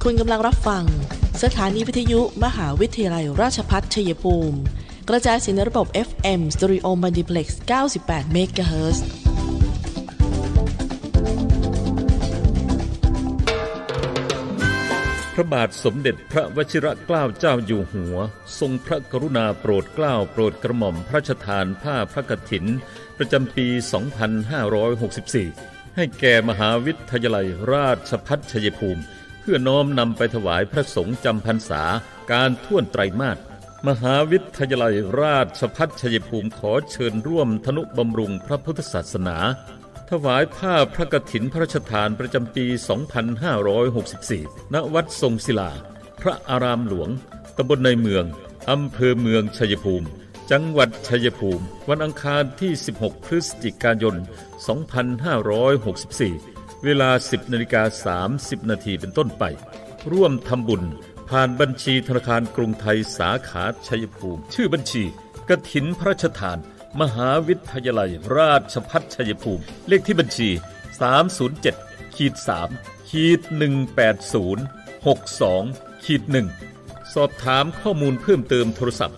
คุณกำลังรับฟังสถานีวิทยุมหาวิทยาลัยราชภัฏชัยภูมิกระจายเสียงในระบบ FM Stereo Multiplex 98 MHz พระบาทสมเด็จพระวชิรเกล้าเจ้าอยู่หัวทรงพระกรุณาโปรดเกล้าโปรดกระหม่อมพระราชทานผ้าพระกฐินประจำปี 2564 ให้แก่มหาวิทยาลัยราชภัฏชัยภูมิเพื่อน้อมนำไปถวายพระสงฆ์จำพรรษาการท่วนไตรมาสมหาวิทยาลัยราชภัฏชัยภูมิขอเชิญร่วมทนุบำรุงพระพุทธศาสนาถวายผ้าพระกฐินพระราชทานประจำปี 2564 ณ วัดทรงศิลาพระอารามหลวงตำบลในเมืองอำเภอเมืองชัยภูมิจังหวัดชัยภูมิวันอังคารที่ 16 พฤศจิกายน 2564 เวลา 10:30 น.เป็นต้นไปร่วมทำบุญผ่านบัญชีธนาคารกรุงไทยสาขาชัยภูมิชื่อบัญชีกฐินพระราชทานมหาวิทยาลัยราชภัฏชัยภูมิเลขที่บัญชี 307-3-18062-1 สอบถามข้อมูลเพิ่มเติมโทรศัพท์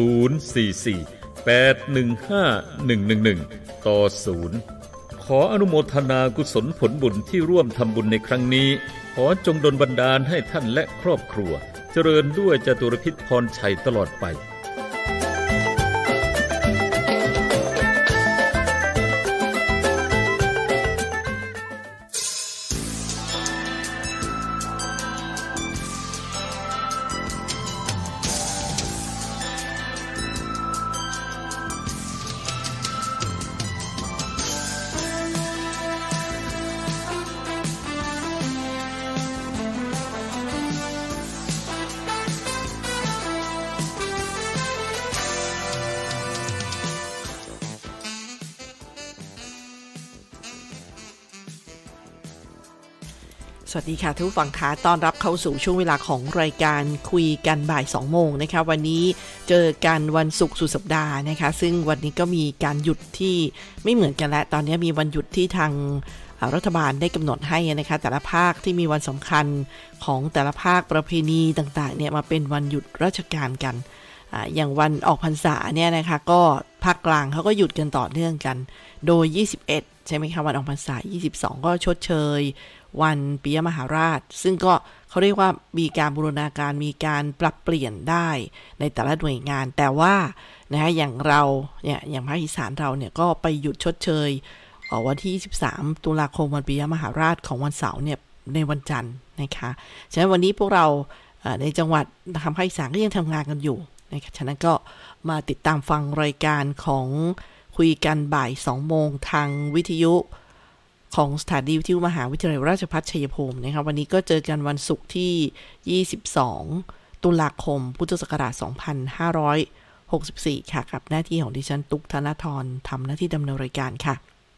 044-815-111 ต่อ 0 ขออนุโมทนากุศลผลบุญที่ร่วมทำบุญในครั้งนี้ขอจงดลบันดาลให้ท่านและครอบครัวเจริญด้วยจตุรพิษพรชัยตลอดไปสวัสดีค่ะทุกฝั่งค่ะต้อนรับเข้าสู่ช่วงเวลาของรายการคุยกันบ่าย 2 โมงนะคะวันนี้เจอกันวันศุกร์สุดสัปดาห์นะคะซึ่งวันนี้ก็มีการหยุดที่ไม่เหมือนกันแล้วตอนนี้มีวันหยุดที่ทางรัฐบาลได้กำหนดให้นะคะแต่ละภาคที่มีวันสำคัญของแต่ละภาคประเพณีต่างๆเนี่ยมาเป็นวันหยุดราชการกันอย่างวันออกพรรษาเนี่ยนะคะก็ภาคกลางเขาก็หยุดกันต่อเนื่องกันโดย21ใช่ไหมคะวันออกพรรษา22ก็ชดเชยวันปิยมหาราชซึ่งก็เขาเรียกว่ามีการบูรณาการมีการปรับเปลี่ยนได้ในแต่ละหน่วยงานแต่ว่านะคะอย่างเราเนี่ยอย่างภาคอีสานเราเนี่ยก็ไปหยุดชดเชยวันที่23ตุลาคมวันปิยมหาราชของวันเสาร์เนี่ยในวันจันทร์นะคะฉะนั้นวันนี้พวกเราในจังหวัดทางภาคอีสานก็ยังทำงานกันอยู่นะคะฉะนั้นก็มาติดตามฟังรายการของคุยกันบ่าย 2 โมงทางวิทยุของสถานีวิทยุมหาวิทยาลัยราชภัฏชัยภูมินะคะวันนี้ก็เจอกันวันศุกร์ที่22ตุลาคมพุทธศักราช2564ค่ะกับหน้าที่ของดิฉันตุ๊กธนธรทำหน้าที่ดำเนินรายการค่ะ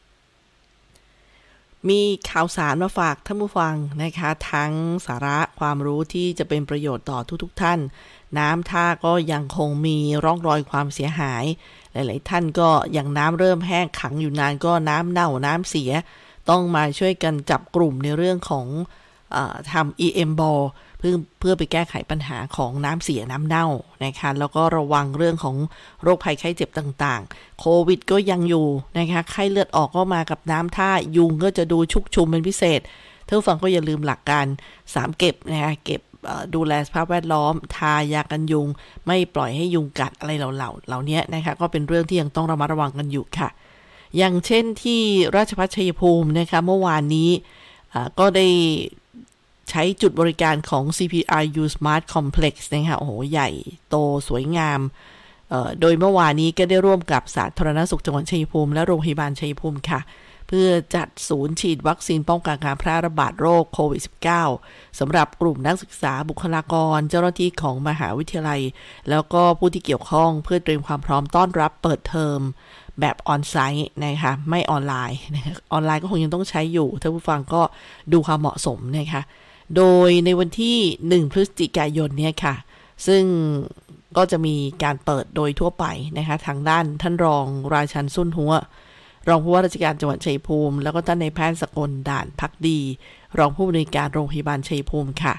มีข่าวสารมาฝากท่านผู้ฟังนะคะทั้งสาระความรู้ที่จะเป็นประโยชน์ต่อทุกท่านน้ำท่าก็ยังคงมีร่องรอยความเสียหายหลายๆท่านก็อย่างน้ำเริ่มแห้งขังอยู่นานก็น้ำเน่าน้ำเสียต้องมาช่วยกันจับกลุ่มในเรื่องของทำ EM ball เพื่อไปแก้ไขปัญหาของน้ำเสียน้ำเน่านะคะแล้วก็ระวังเรื่องของโรคภัยไข้เจ็บต่างๆโควิดก็ยังอยู่นะคะไข้เลือดออกก็มากับน้ำท่ายุงก็จะดูชุกชุมเป็นพิเศษท่านผู้ฟังก็อย่าลืมหลักการ3เก็บนะคะเก็บดูแลสภาพแวดล้อมทายากันยุงไม่ปล่อยให้ยุงกัดอะไรเหล่านี้นะคะก็เป็นเรื่องที่ยังต้องระมัดระวังกันอยู่ค่ะอย่างเช่นที่ราชภัฏชัยภูมินะคะเมื่อวานนี้ก็ได้ใช้จุดบริการของ CPRU Smart Complex นะคะโอ้โหใหญ่โตสวยงามโดยเมื่อวานนี้ก็ได้ร่วมกับสาธารณสุขจังหวัดชัยภูมิและโรงพยาบาลชัยภูมิค่ะเพื่อจัดศูนย์ฉีดวัคซีนป้องกันการแพร่ระบาดโรคโควิด -19 สำหรับกลุ่มนักศึกษาบุคลากรเจ้าหน้าที่ของมหาวิทยาลัยแล้วก็ผู้ที่เกี่ยวข้องเพื่อเตรียมความพร้อมต้อนรับเปิดเทอมแบบออนไซต์นะคะไม่ออนไลน์ออนไลน์ก็คงยังต้องใช้อยู่ท่านผู้ฟังก็ดูความเหมาะสมนะคะโดยในวันที่1พฤศจิกายนเนี่ยค่ะซึ่งก็จะมีการเปิดโดยทั่วไปนะคะทางด้านท่านรองราชันสุนหัวรองผู้ว่าราชการจังหวัดชัยภูมิแล้วก็ท่านนายแพทย์สกลด่านภักดีรองผู้อำนวยการโรงพยาบาลชัยภูมิค่ะ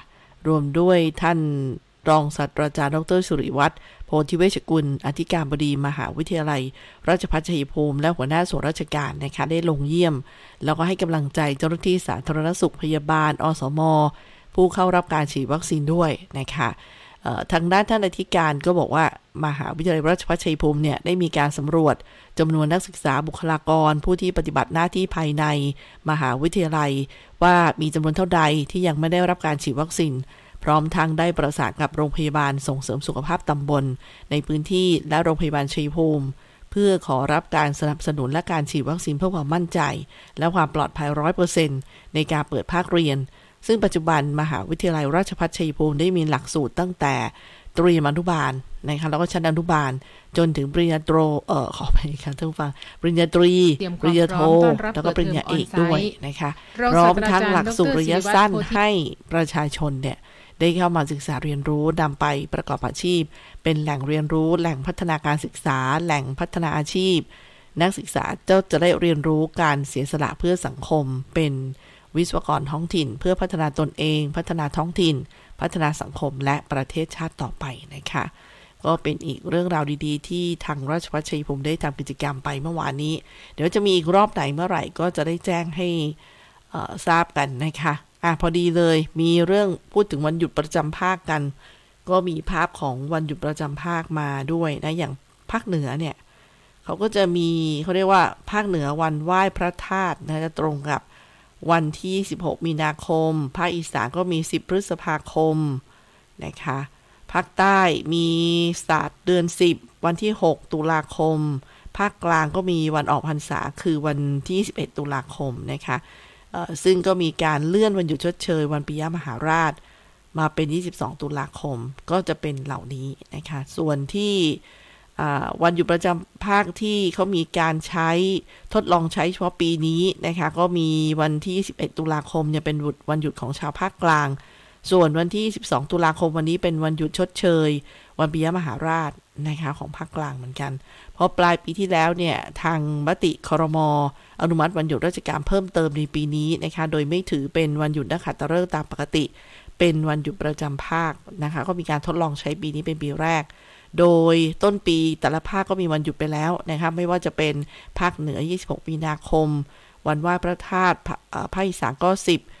รวมด้วยท่านรองศาสตราจารย์ดร.สุริวัฒน์โพธิเวชกุลอธิการบดีมหาวิทยาลัยราชภัฏชัยภูมิและหัวหน้าส่วนราชการนะคะได้ลงเยี่ยมแล้วก็ให้กำลังใจเจ้าหน้าที่สาธารณสุขพยาบาลอสม.ผู้เข้ารับการฉีดวัคซีนด้วยนะคะทางด้านท่านอธิการก็บอกว่ามหาวิทยาลัยราชภัฏชัยภูมิเนี่ยได้มีการสำรวจจำนวนนักศึกษาบุคลากรผู้ที่ปฏิบัติหน้าที่ภายในมหาวิทยาลัยว่ามีจำนวนเท่าใดที่ยังไม่ได้รับการฉีดวัคซีนพร้อมทั้งได้ประสานกับโรงพยาบาลส่งเสริมสุขภาพตำบลในพื้นที่และโรงพยาบาลชัยภูมิเพื่อขอรับการสนับสนุนและการฉีดวัคซีนเพื่อความมั่นใจและความปลอดภัย 100% ในการเปิดภาคเรียนซึ่งปัจจุบันมหาวิทยาลัยราชภัฏชัยภูมิได้มีหลักสูตรตั้งแต่เตรียมอนุบาลนะคะแล้วก็ชั้นอนุบาลจนถึงปริญญาโทขอไปค่ะท่านผู้ฟังปริญญาตรีปริญญาโทแล้วก็ปริญญาเอกด้วยนะคะพร้อมทั้งหลักสูตรระยะสั้นให้ประชาชนเนี่ยได้เข้ามาศึกษาเรียนรู้นำไปประกอบอาชีพเป็นแหล่งเรียนรู้แหล่งพัฒนาการศึกษาแหล่งพัฒนาอาชีพนักศึกษาจะได้เรียนรู้การเสียสละเพื่อสังคมเป็นวิศวกรท้องถิ่นเพื่อพัฒนาตนเองพัฒนาท้องถิ่นพัฒนาสังคมและประเทศชาติต่อไปนะคะก็เป็นอีกเรื่องราวดีๆที่ทางราชภัฏชัยภูมิได้ทำกิจกรรมไปเมื่อวานนี้เดี๋ยวจะมีอีกรอบไหนเมื่อไหร่ก็จะได้แจ้งให้ทราบกันนะคะพอดีเลยมีเรื่องพูดถึงวันหยุดประจำภาคกันก็มีภาพของวันหยุดประจำภาคมาด้วยนะอย่างภาคเหนือเนี่ยเขาก็จะมีเขาเรียกว่าภาคเหนือวันไหว้พระธาตุนะจะตรงกับวันที่16มีนาคมภาคอีสานก็มี10พฤษภาคมนะคะภาคใต้มีศาสตร์เดือน10วันที่6ตุลาคมภาคกลางก็มีวันออกพรรษาคือวันที่21ตุลาคมนะคะซึ่งก็มีการเลื่อนวันหยุดชดเชยวันปิยมหาราชมาเป็น22ตุลาคมก็จะเป็นเหล่านี้นะคะส่วนที่วันหยุดประจำภาคที่เขามีการใช้ทดลองใช้เฉพาะปีนี้นะคะก็มีวันที่21ตุลาคมเนี่ยเป็นวันหยุดของชาวภาคกลางส่วนวันที่12ตุลาคมวันนี้เป็นวันหยุดชดเชยวันปิยมหาราชนะคะของภาคกลางเหมือนกันเพราะปลายปีที่แล้วเนี่ยทางมติครม.อนุมัติวันหยุดราชการเพิ่มเติมในปีนี้นะคะโดยไม่ถือเป็นวันหยุดนักขัตฤกษ์ตามปกติเป็นวันหยุดประจำภาคนะคะก็มีการทดลองใช้ปีนี้เป็นปีแรกโดยต้นปีแต่ละภาคก็มีวันหยุดไปแล้วนะคะไม่ว่าจะเป็นภาคเหนือ26มีนาคมวันไหว้พระธาตุภาคอีสานก็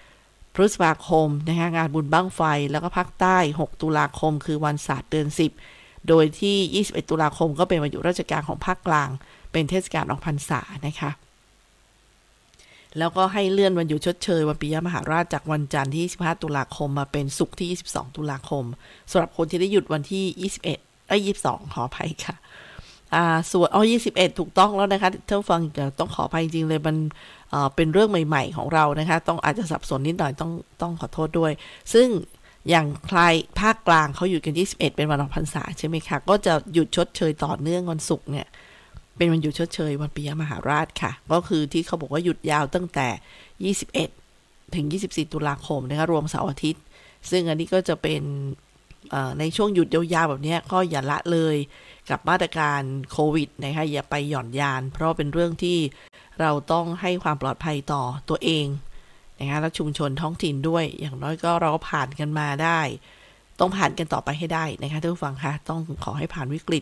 10พฤษภาคมนะคะงานบุญบั้งไฟแล้วก็ภาคใต้6ตุลาคมคือวันศาสตร์เดือน10โดยที่21ตุลาคมก็เป็นวันหยุดราชการของภาคกลางเป็นเทศกาลออกพรรษานะคะแล้วก็ให้เลื่อนวันหยุดชดเชยวันปิยมหาราชจากวันจันทร์ที่25ตุลาคมมาเป็นศุกร์ที่22ตุลาคมสำหรับคนที่ได้หยุดวันที่22ขออภัยค่ะส่วน21ถูกต้องแล้วนะคะท่านฟังต้องขออภัยจริงเลยมันเป็นเรื่องใหม่ๆของเรานะคะต้องอาจจะสับสนนิดหน่อยต้องขอโทษด้วยซึ่งอย่างใครภาคกลางเขาหยุดกัน21เป็นวันออกพรรษาใช่ไหมคะก็จะหยุดชดเชยต่อเนื่องวันศุกร์เนี่ยเป็นวันหยุดชดเชยวันปิยมหาราชค่ะก็คือที่เขาบอกว่าหยุดยาวตั้งแต่21ถึง24ตุลาคมนะคะรวมเสาร์อาทิตย์ซึ่งอันนี้ก็จะเป็นในช่วงหยุดยาวๆแบบนี้ก็อย่าละเลยกับมาตรการโควิดนะคะอย่าไปหย่อนยานเพราะเป็นเรื่องที่เราต้องให้ความปลอดภัยต่อตัวเองนะคะและชุมชนท้องถิ่นด้วยอย่างน้อยก็เราผ่านกันมาได้ต้องผ่านกันต่อไปให้ได้นะคะท่านผู้ฟังคะต้องขอให้ผ่านวิกฤต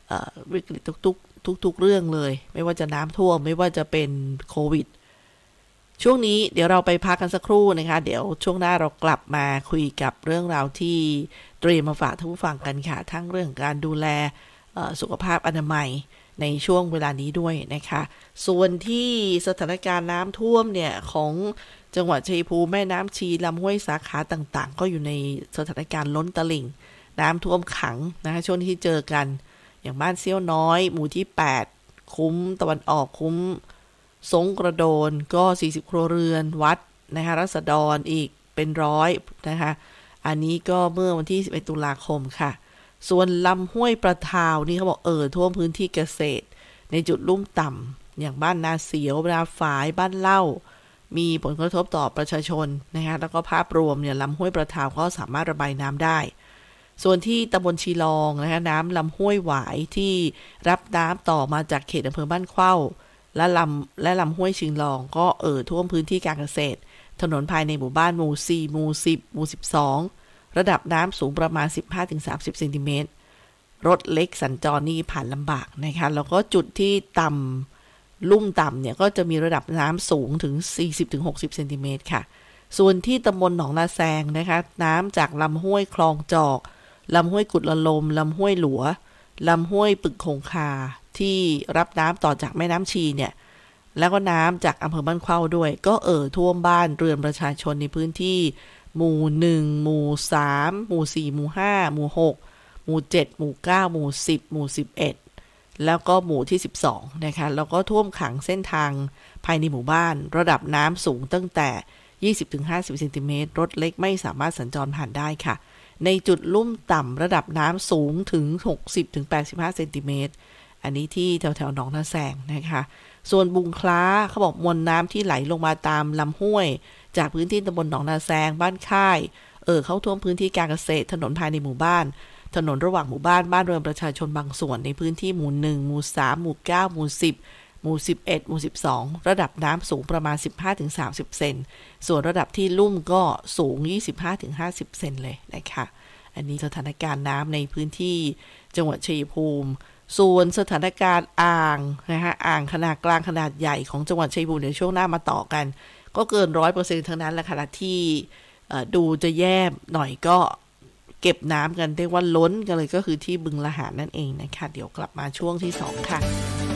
ทุกเรื่องเลยไม่ว่าจะน้ำท่วมไม่ว่าจะเป็นโควิดช่วงนี้เดี๋ยวเราไปพักกันสักครู่นะคะเดี๋ยวช่วงหน้าเรากลับมาคุยกับเรื่องราวที่เตรียมมาฝากท่านผู้ฟังกันค่ะทั้งเรื่องการดูแลสุขภาพอนามัยในช่วงเวลานี้ด้วยนะคะส่วนที่สถานการณ์น้ำท่วมเนี่ยของจังหวัดชัยภูมิแม่น้ำชีลำห้วยสาขาต่างๆก็อยู่ในสถานการณ์ล้นตลิ่งน้ำท่วมขังนะคะช่วงที่เจอกันอย่างบ้านเซี่ยวน้อยหมู่ที่8คุ้มตะวันออกคุ้มสงกระโดนก็40ครัวเรือนวัดนะคะรัศดรอีกเป็นร้อยนะคะอันนี้ก็เมื่อวันที่11ตุลาคมค่ะส่วนลำห้วยประทาวนี่เขาบอกท่วมพื้นที่เกษตรในจุดลุ่มต่ำอย่างบ้านนาเสียวนาฝายบ้านเล่ามีผลกระทบต่อประชาชนนะคะแล้วก็ภาพรวมเนี่ยลำห้วยประทาวก็สามารถระบายน้ำได้ส่วนที่ตำบลชีลองนะคะน้ำลำห้วยหวายที่รับน้ำต่อมาจากเขตอำเภอบ้านเข้าและลำห้วยชิงลองก็ท่วมพื้นที่การเกษตรถนนภายในหมู่บ้านหมู่4หมู่10หมู่12 ระดับน้ำสูงประมาณ 15-30 เซนติเมตรรถเล็กสัญจรนี่ผ่านลำบากนะคะแล้วก็จุดที่ต่ำลุ่มต่ำเนี่ยก็จะมีระดับน้ำสูงถึง 40-60 เซนติเมตรค่ะส่วนที่ตำบลหนองนาแซงนะคะน้ำจากลำห้วยคลองจอกลำห้วยกุดละลมลำห้วยหลัวลำห้วยปึกคงคาที่รับน้ำต่อจากแม่น้ำชีเนี่ยแล้วก็น้ำจากอำเภอบ้านเข้าด้วยก็ท่วมบ้านเรือนประชาชนในพื้นที่หมู่1หมู่3หมู่4หมู่5หมู่6หมู่7หมู่9หมู่10หมู่11แล้วก็หมู่ที่12นะคะแล้วก็ท่วมขังเส้นทางภายในหมู่บ้านระดับน้ำสูงตั้งแต่20-50 เซนติเมตรรถเล็กไม่สามารถสัญจรผ่านได้ค่ะในจุดลุ่มต่ำระดับน้ำสูงถึง 60-85 เซนติเมตรอันนี้ที่แถวๆหนองนาแซงนะคะส่วนบุงคล้าเขาบอกมวลน้ำที่ไหลลงมาตามลำห้วยจากพื้นที่ตำบลหนองนาแซงบ้านค่ายเข้าท่วมพื้นที่การเกษตรถนนภายในหมู่บ้านถนนระหว่างหมู่บ้านบ้านเรือนประชาชนบางส่วนในพื้นที่หมู่1หมู่3หมู่9หมู่10หมู่11หมู่12ระดับน้ำสูงประมาณ 15-30 เซนส่วนระดับที่ลุ่มก็สูง 25-50 เซนเลยนะคะอันนี้สถานการณ์น้ำในพื้นที่จังหวัดชัยภูมิส่วนสถานการณ์อ่างนะคะอ่างขนาดกลางขนาดใหญ่ของจังหวัดชัยภูมิในช่วงหน้ามาต่อกันก็เกิน 100% ทั้งนั้นแหละค่ะที่ดูจะแย่หน่อยก็เก็บน้ำกันเรียกว่าล้นกันเลยก็คือที่บึงละหารนั่นเองนะคะเดี๋ยวกลับมาช่วงที่2ค่ะ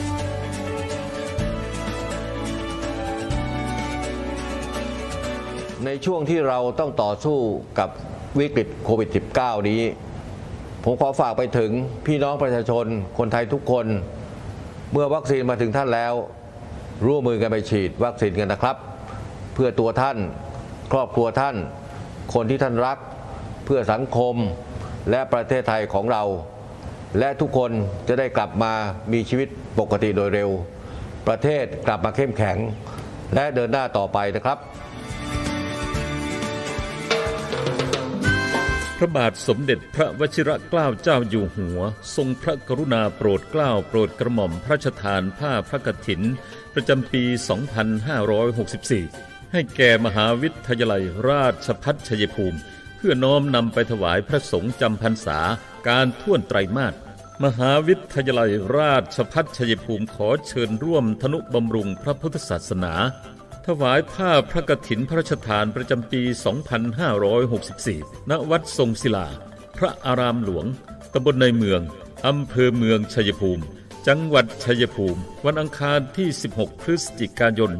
ในช่วงที่เราต้องต่อสู้กับวิกฤตโควิด -19 นี้ผมขอฝากไปถึงพี่น้องประชาชนคนไทยทุกคนเมื่อวัคซีนมาถึงท่านแล้วร่วมมือกันไปฉีดวัคซีนกันนะครับเพื่อตัวท่านครอบครัวท่านคนที่ท่านรักเพื่อสังคมและประเทศไทยของเราและทุกคนจะได้กลับมามีชีวิตปกติโดยเร็วประเทศกลับมาเข้มแข็งและเดินหน้าต่อไปนะครับพระบาทสมเด็จพระวชิรเกล้าเจ้าอยู่หัวทรงพระกรุณาโปรดเกล้าโปรดกระหม่อมพระราชทานผ้าพระกฐินประจำปี 2564 ให้แก่มหาวิทยาลัยราชภัฏชัยภูมิเพื่อน้อมนำไปถวายพระสงฆ์จำพรรษาการท่วนไตรมาสมหาวิทยาลัยราชภัฏชัยภูมิขอเชิญร่วมทนุบำรุงพระพุทธศาสนาถวายผ้าพระกฐินพระราชทานประจำปี 2564 ณ วัดทรงศิลาพระอารามหลวงตำบลในเมืองอำเภอเมืองชัยภูมิจังหวัดชัยภูมิวันอังคารที่ 16 พฤศจิกายน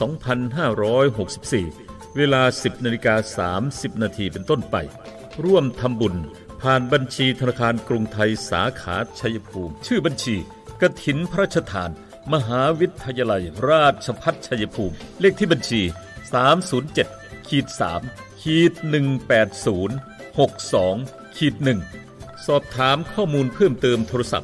2564 เวลา 10:30 น.เป็นต้นไปร่วมทำบุญผ่านบัญชีธนาคารกรุงไทยสาขาชัยภูมิชื่อบัญชีกฐินพระราชทานมหาวิทยาลัยราชภัฏชัยภูมิเลขที่บัญชี 307-3-18062-1 สอบถามข้อมูลเพิ่มเติมโทรศัพท์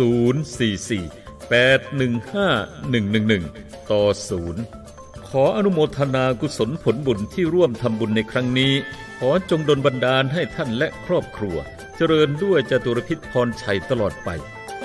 044-815-111 ต่อ 0 ขออนุโมทนากุศลผลบุญที่ร่วมทำบุญในครั้งนี้ขอจงดลบันดาลให้ท่านและครอบครัวเจริญด้วยจตุรพิษพรชัยตลอดไป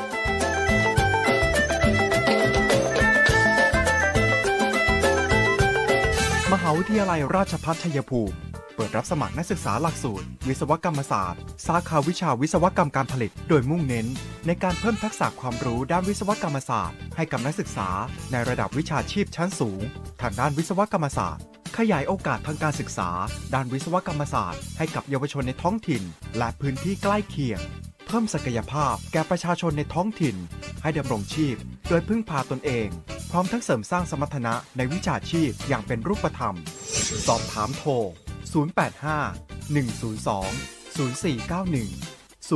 มหาวิทยาลัยราชภัฏชัยภูมิเปิดรับสมัครนักศึกษาหลักสูตรวิศวกรรมศาสตร์สาขาวิชาวิศวกรรมการผลิตโดยมุ่งเน้นในการเพิ่มทักษะความรู้ด้านวิศวกรรมศาสตร์ให้กับนักศึกษาในระดับวิชาชีพชั้นสูงทางด้านวิศวกรรมศาสตร์ขยายโอกาสทางการศึกษาด้านวิศวกรรมศาสตร์ให้กับเยาวชนในท้องถิ่นและพื้นที่ใกล้เคียงเพิ่มศักยภาพแก่ประชาชนในท้องถิ่นให้ดำรงชีพโดยพึ่งพาตนเองพร้อมทั้งเสริมสร้างสมรรถนะในวิชาชีพอย่างเป็นรูปธรรมสอบถามโทร085-102-0491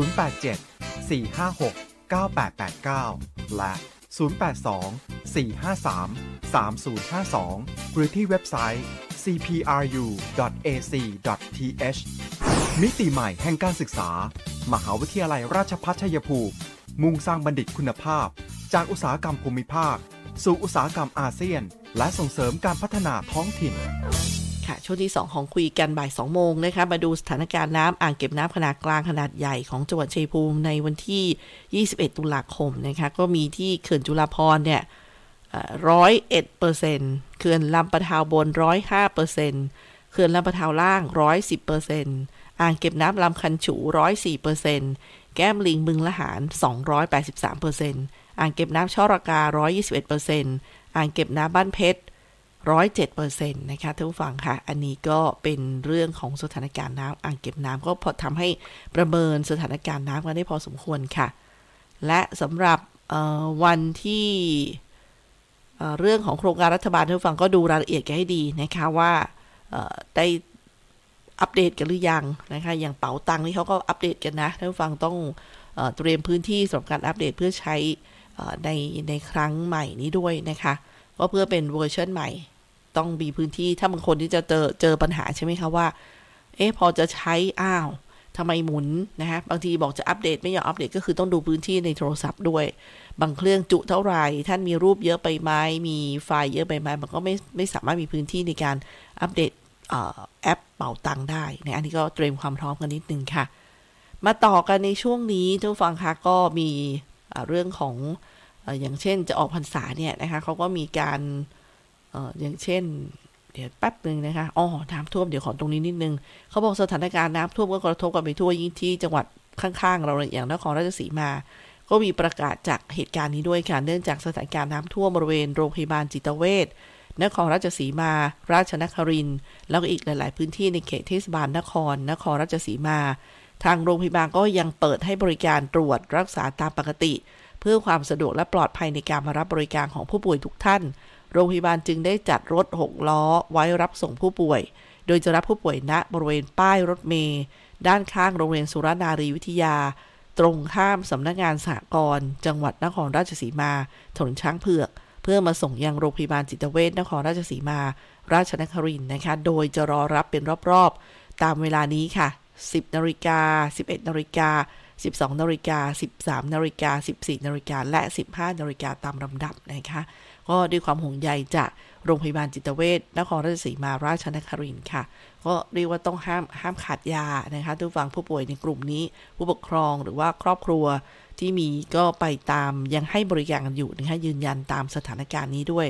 087-456-9889 และ 082-453-3052 หรือที่เว็บไซต์ cpru.ac.th มิติใหม่แห่งการศึกษามหาวิทยาลัยราชภัฏชัยภูมิมุ่งสร้างบัณฑิตคุณภาพจากอุตสาหกรรมภูมิภาคสู่อุตสาหกรรมอาเซียนและส่งเสริมการพัฒนาท้องถิ่นค่ะช่วงที่2ของคุยกันบ่าย 2 โมงนะคะมาดูสถานการณ์น้ำอ่างเก็บน้ำขนาดกลางขนาดใหญ่ของจังหวัดชัยภูมิในวันที่ 21 ตุลาคมนะคะก็มีที่เขื่อนจุฬาภรณ์เนี่ย101%เขื่อนลำปะทาวบน 105%เขื่อนลำปะทาวล่าง 110% อ่างเก็บน้ำลำคันฉู 104% แก้มลิงบึงละหาร 283% อ่างเก็บน้ำช่อระกา 121% อ่างเก็บน้ำบ้านเพชร 107% นะคะท่านผู้ฟังค่ะอันนี้ก็เป็นเรื่องของสถานการณ์น้ำอ่างเก็บน้ำก็พอทำให้ประเมินสถานการณ์น้ำกันได้พอสมควรค่ะและสำหรับวันที่เรื่องของโครงการรัฐบาลท่านผู้ฟังก็ดูรายละเอียดกันให้ดีนะคะว่าได้อัปเดตกันหรือยังนะคะอย่างเป๋าตังค์นี่เขาก็อัปเดตกันนะท่านผู้ฟังต้องเตรียมพื้นที่สำหรับการอัปเดตเพื่อใช้ในครั้งใหม่นี้ด้วยนะคะก็เพื่อเป็นเวอร์ชันใหม่ต้องมีพื้นที่ถ้าบางคนที่จะเจอปัญหาใช่ไหมคะว่าพอจะใช้ทำไมหมุนนะคะบางทีบอกจะอัปเดตไม่ยอมอัปเดตก็คือต้องดูพื้นที่ในโทรศัพท์ด้วยบางเครื่องจุเท่าไหร่ท่านมีรูปเยอะไปไหมมีไฟล์เยอะไปไหมมันก็ไม่สามารถมีพื้นที่ในการอัปเดตแอปเป๋าตังค์ได้นะอันนี้ก็เตรียมความพร้อมกันนิดนึงค่ะมาต่อกันในช่วงนี้ท่านผู้ฟังคะก็มีเรื่องของอย่างเช่นจะออกพรรษาเนี่ยนะคะเขาก็มีการอย่างเช่นเดี๋ยวแป๊บนึงนะคะน้ำท่วมเดี๋ยวขอตรงนี้นิดนึงเขาบอกสถานการณ์น้ำท่วมก็กระทบกันไปทั่วยิ่งที่จังหวัดข้างๆเราอย่างนครราชสีมาก็มีประกาศจากเหตุการณ์นี้ด้วยค่ะเนื่องจากสถานการณ์น้ำท่วมบริเวณโรงพยาบาลจิตเวชนครราชสีมาราชนครินทร์แล้วก็อีกหลายๆพื้นที่ในเขตเทศบาลนครราชสีมาทางโรงพยาบาลก็ยังเปิดให้บริการตรวจรักษาตามปกติเพื่อความสะดวกและปลอดภัยในการมารับบริการของผู้ป่วยทุกท่านโรงพยาบาลจึงได้จัดรถ6ล้อไว้รับส่งผู้ป่วยโดยจะรับผู้ป่วยณบริเวณป้ายรถเมล์ด้านข้างโรงเรียนสุรนารีวิทยาตรงข้ามสำนักงานสหกรณ์จังหวัดนครราชสีมาถนนช้างเผือกเพื่อมาส่งยังโรงพยาบาลจิตเวชนครราชสีมาราชนครินทร์นะคะโดยจะรอรับเป็นรอบๆตามเวลานี้ค่ะ 10 นาฬิกา 11 นาฬิกา 12 นาฬิกา 13 นาฬิกา 14 นาฬิกาและ 15 นาฬิกาตามลำดับนะคะก็ด้วยความห่วงใยจากโรงพยาบาลจิตเวชนครราชสีมาราชนครินทร์ค่ะก็เรียกว่าต้องห้ามขาดยานะคะทุกฝั่งผู้ป่วยในกลุ่มนี้ผู้ปกครองหรือว่าครอบครัวที่มีก็ไปตามยังให้บริการกันอยู่นะคะยืนยันตามสถานการณ์นี้ด้วย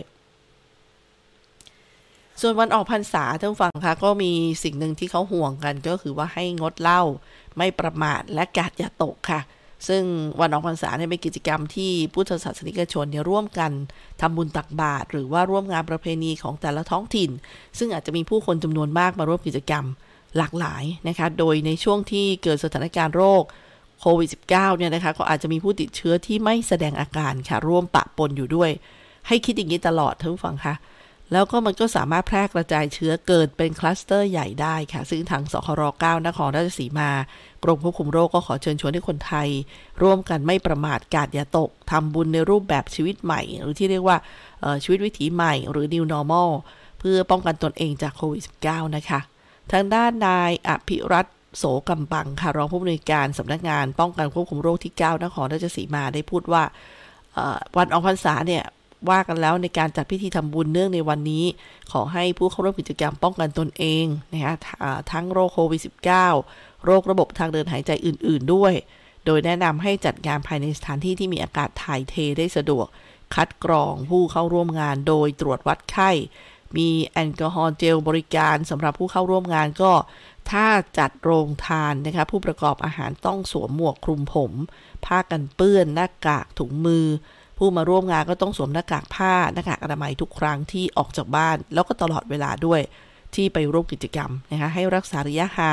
ส่วนวันออกพรรษาท่านผู้ฟังคะก็มีสิ่งหนึ่งที่เขาห่วงกันก็คือว่าให้งดเหล้าไม่ประมาทและกาดอย่าตกค่ะซึ่งวันออกพรรษาเนี่ยเป็นกิจกรรมที่พุทธศาสนิกชนเนี่ยร่วมกันทำบุญตักบาตรหรือว่าร่วมงานประเพณีของแต่ละท้องถิ่นซึ่งอาจจะมีผู้คนจำนวนมากมาร่วมกิจกรรมหลากหลายนะคะโดยในช่วงที่เกิดสถานการณ์โรคโควิด -19 เนี่ยนะคะก็อาจจะมีผู้ติดเชื้อที่ไม่แสดงอาการค่ะร่วมปะปนอยู่ด้วยให้คิดอย่างนี้ตลอดท่านผู้ฟังคะแล้วก็มันก็สามารถแพร่กระจายเชื้อเกิดเป็นคลัสเตอร์ใหญ่ได้ค่ะซึ่งทางสคร9นครราชสีมากรมควบคุมโรคก็ขอเชิญชวนให้คนไทยร่วมกันไม่ประมาทกาดอย่าตกทำบุญในรูปแบบชีวิตใหม่หรือที่เรียกว่าชีวิตวิถีใหม่หรือ New Normal เพื่อป้องกันตนเองจากโควิด -19 นะคะทางด้านนายอภิรัตน์โสกำปังค่ะรองผู้อำนวยการสำนักงานป้องกันควบคุมโรคที่9นครราชสีมาได้พูดว่าวันออกพรรษาเนี่ยว่ากันแล้วในการจัดพิธีทำบุญเนื่องในวันนี้ขอให้ผู้เข้าร่วมกิจกรรมป้องกันตนเองนะคะทั้งโรคโควิด -19 โรคระบบทางเดินหายใจอื่นๆด้วยโดยแนะนำให้จัดงานภายในสถานที่ที่มีอากาศถ่ายเทได้สะดวกคัดกรองผู้เข้าร่วมงานโดยตรวจวัดไข้มีแอลกอฮอล์เจลบริการสำหรับผู้เข้าร่วมงานก็ถ้าจัดโรงทานนะคะผู้ประกอบอาหารต้องสวมหมวกคลุมผมผ้ากันเปื้อนหน้ากากถุงมือผู้มาร่วมงานก็ต้องสวมหน้ากากผ้าหน้ากากอนามัยทุกครั้งที่ออกจากบ้านแล้วก็ตลอดเวลาด้วยที่ไปร่วมกิจกรรมนะคะให้รักษาระยะห่าง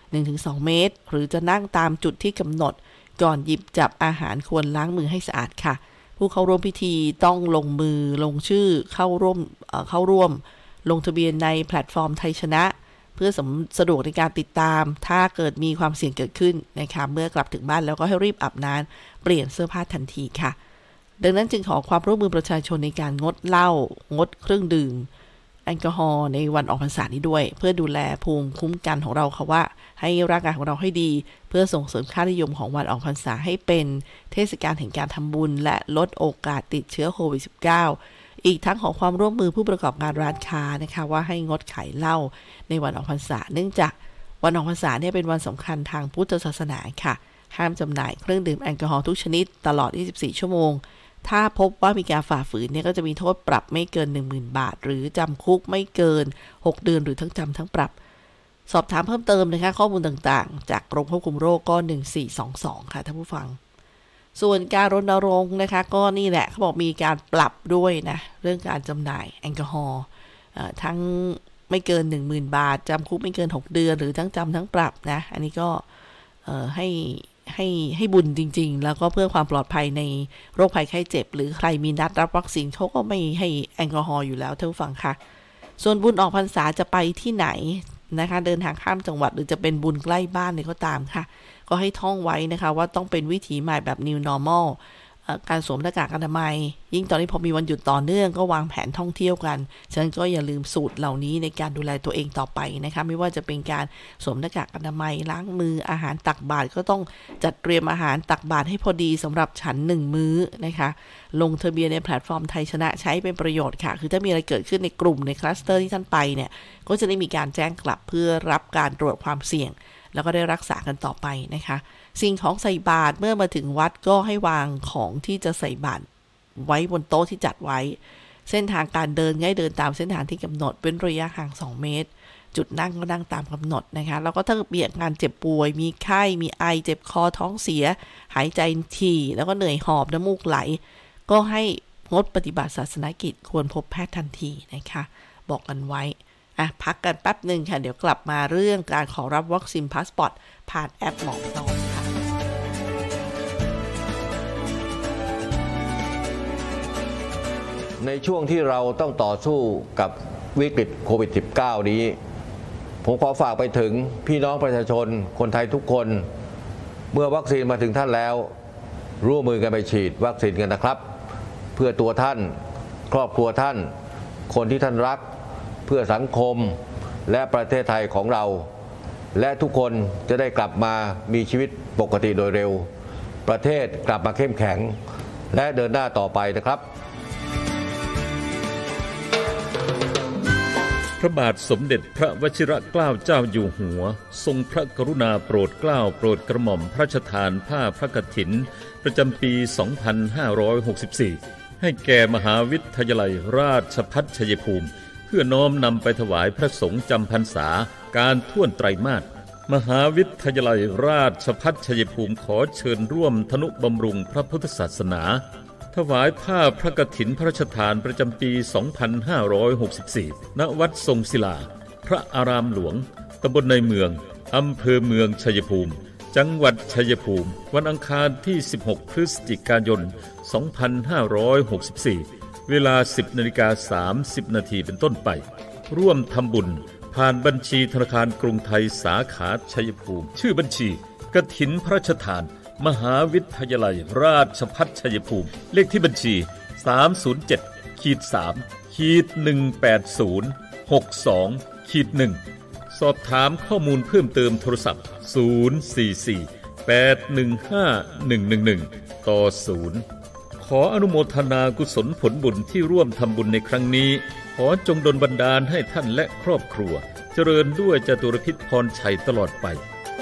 1-2 เมตรหรือจะนั่งตามจุดที่กำหนดก่อนหยิบจับอาหารควรล้างมือให้สะอาดค่ะผู้เข้าร่วมพิธีต้องลงมือลงชื่อเข้าร่วมลงทะเบียนในแพลตฟอร์มไทยชนะเพื่อสะดวกในการติดตามถ้าเกิดมีความเสี่ยงเกิดขึ้นนะคะเมื่อกลับถึงบ้านแล้วก็ให้รีบอาบน้ำเปลี่ยนเสื้อผ้าทันทีค่ะดังนั้นจึงขอความร่วมมือประชาชนในการงดเหล้างดเครื่องดื่มแอลกอฮอล์ในวันออกพรรษานี้ด้วยเพื่อดูแลภูมิคุ้มกันของเราค่ะว่าให้ร่างกายของเราให้ดีเพื่อส่งเสริมค่านิยมของวันออกพรรษาให้เป็นเทศกาลแห่งการทำบุญและลดโอกาสติดเชื้อโควิด -19 อีกทั้งขอความร่วมมือผู้ประกอบการร้านค้านะคะว่าให้งดขายเหล้าในวันออกพรรษาเนื่องจากวันออกพรรษาเนี่ยเป็นวันสำคัญทางพุทธศาสนาค่ะห้ามจำหน่ายเครื่องดื่มแอลกอฮอล์ทุกชนิดตลอด24ชั่วโมงถ้าพบว่ามีการฝ่าฝืนเนี่ยก็จะมีโทษปรับไม่เกิน 10,000 บาทหรือจำคุกไม่เกิน6 เดือนหรือทั้งจำทั้งปรับสอบถามเพิ่มเติมนะคะข้อมูลต่างๆจากกรมควบคุมโรคก็1422ค่ะท่านผู้ฟังส่วนการรณรงค์นะคะก็นี่แหละเขาบอกมีการปรับด้วยนะเรื่องการจำหน่ายแอลกอฮอล์ทั้งไม่เกิน 10,000 บาทจำคุกไม่เกิน6เดือนหรือทั้งจำทั้งปรับนะอันนี้ก็ให้บุญจริงๆแล้วก็เพื่อความปลอดภัยในโรคภัยไข้เจ็บหรือใครมีนัดรับวัคซีนเขาก็ไม่ให้แอลกอฮอล์อยู่แล้วท่านผู้ฟังค่ะส่วนบุญออกพรรษาจะไปที่ไหนนะคะเดินทางข้ามจังหวัดหรือจะเป็นบุญใกล้บ้านเนี่ยก็ตามค่ะก็ให้ท่องไว้นะคะว่าต้องเป็นวิถีใหม่แบบ New Normal การสวมหน้ากากอนามัยยิ่งตอนนี้พอมีวันหยุดต่อเนื่องก็วางแผนท่องเที่ยวกันฉะนั้นก็อย่าลืมสูตรเหล่านี้ในการดูแลตัวเองต่อไปนะคะไม่ว่าจะเป็นการสวมหน้ากากอนามัยล้างมืออาหารตักบาตรก็ต้องจัดเตรียมอาหารตักบาตรให้พอดีสำหรับฉัน1มื้อนะคะลงทะเบียนในแพลตฟอร์มไทยชนะใช้เป็นประโยชน์ค่ะคือถ้ามีอะไรเกิดขึ้นในกลุ่มในคลัสเตอร์ที่ท่านไปเนี่ยก็จะได้มีการแจ้งกลับเพื่อรับการตรวจความเสี่ยงแล้วก็ได้รักษากันต่อไปนะคะสิ่งของใส่บาตรเมื่อมาถึงวัดก็ให้วางของที่จะใส่บาตรไว้บนโต๊ะที่จัดไว้เส้นทางการเดินให้เดินตามเส้นทางที่กำหนดเป็นระยะห่าง2 เมตรจุดนั่งก็นั่งตามกำหนดนะคะแล้วก็ถ้ามีอาการเจ็บป่วยมีไข้มีไอเจ็บคอท้องเสียหายใจถี่แล้วก็เหนื่อยหอบน้ำมูกไหลก็ให้งดปฏิบัติศาสนกิจควรพบแพทย์ทันทีนะคะบอกกันไว้พักกันแป๊บหนึ่งค่ะเดี๋ยวกลับมาเรื่องการขอรับวัคซีนพาสปอร์ตผ่านแอปหมอพร้อมค่ะในช่วงที่เราต้องต่อสู้กับวิกฤตโควิด -19 นี้ผมขอฝากไปถึงพี่น้องประชาชนคนไทยทุกคนเมื่อวัคซีนมาถึงท่านแล้วร่วมมือกันไปฉีดวัคซีนกันนะครับเพื่อตัวท่านครอบครัวท่านคนที่ท่านรักเพื่อสังคมและประเทศไทยของเราและทุกคนจะได้กลับมามีชีวิตปกติโดยเร็วประเทศกลับมาเข้มแข็งและเดินหน้าต่อไปนะครับพระบาทสมเด็จพระวชิรเกล้าเจ้าอยู่หัวทรงพระกรุณาโปรดเกล้าโปรดกระหม่อมพระราชทานผ้าพระกฐินประจำปี 2564 ให้แก่มหาวิทยาลัยราชภัฏชัยภูมิเพื่อน้อมนำไปถวายพระสงฆ์จำพรรษาการท่วนไตรมาสมหาวิทยาลัยราชภัฏชัยภูมิขอเชิญร่วมทนุบำรุงพระพุทธศาสนาถวายผ้าพระกฐินพระราชทานประจำปี 2564 ณ วัดทรงศิลาพระอารามหลวงตำบลในเมืองอำเภอเมืองชัยภูมิจังหวัดชัยภูมิวันอังคารที่ 16 พฤศจิกายน 2564 เวลา 10:30 น.เป็นต้นไปร่วมทำบุญผ่านบัญชีธนาคารกรุงไทยสาขาชัยภูมิชื่อบัญชีกฐินพระราชทานมหาวิทยาลัยราชภัฏชัยภูมิเลขที่บัญชี 307-3-18062-1 สอบถามข้อมูลเพิ่มเติมโทรศัพท์ 044-815-111 ต่อ 0 ขออนุโมทนากุศลผลบุญที่ร่วมทำบุญในครั้งนี้ขอจงดลบันดาลให้ท่านและครอบครัวเจริญด้วยจตุรพิษพรชัยตลอดไป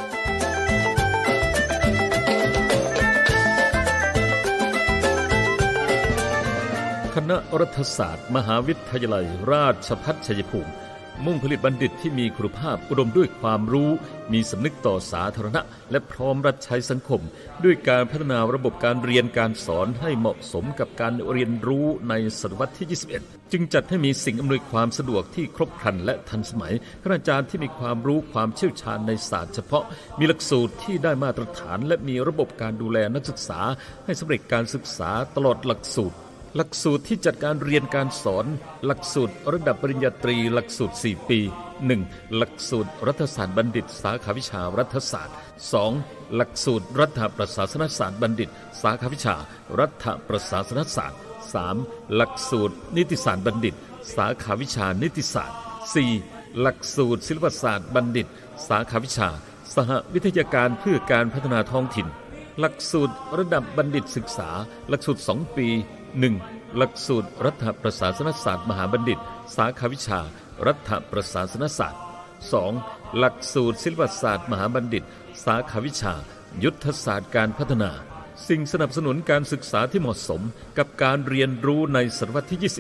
คณะรัฐศาสตร์มหาวิทยาลัยราชภัฏชัยภูมิมุ่งผลิตบัณฑิตที่มีคุณภาพอุดมด้วยความรู้มีสำนึกต่อสาธารณะและพร้อมรับใช้สังคมด้วยการพัฒนาระบบการเรียนการสอนให้เหมาะสมกับการเรียนรู้ในศตวรรษที่ 21 จึงจัดให้มีสิ่งอำนวยความสะดวกที่ครบครันและทันสมัยคณาจารย์ที่มีความรู้ความเชี่ยวชาญในศาสตร์เฉพาะมีหลักสูตรที่ได้มาตรฐานและมีระบบการดูแลนักศึกษาให้สำเร็จการศึกษาตลอดหลักสูตรที่จัดการเรียนการสอนหลักสูตรระดับปริญญาตรีหลักสูตร 4 ปี 1. หลักสูตรรัฐศาสตร์บัณฑิตสาขาวิชารัฐศาสตร์ 2. หลักสูตรรัฐประศาสนศาสตร์บัณฑิตสาขาวิชารัฐประศาสนศาสตร์ 3. หลักสูตรนิติศาสตร์บัณฑิตสาขาวิชานิติศาสตร์ 4. หลักสูตรศิลปศาสตร์บัณฑิตสาขาวิชาสหวิทยาการเพื่อการพัฒนาท้องถิ่นหลักสูตรระดับบัณฑิตศึกษาหลักสูตร 2 ปี 1. หลักสูตรรัฐประศาสนศาสตร์มหาบัณฑิตสาขาวิชารัฐประศาสนศาสตร์ 2. หลักสูตรศิลปศาสตร์มหาบัณฑิตสาขาวิชายุทธศาสตร์การพัฒนาสิ่งสนับสนุนการศึกษาที่เหมาะสมกับการเรียนรู้ในศตวรรษที่ 21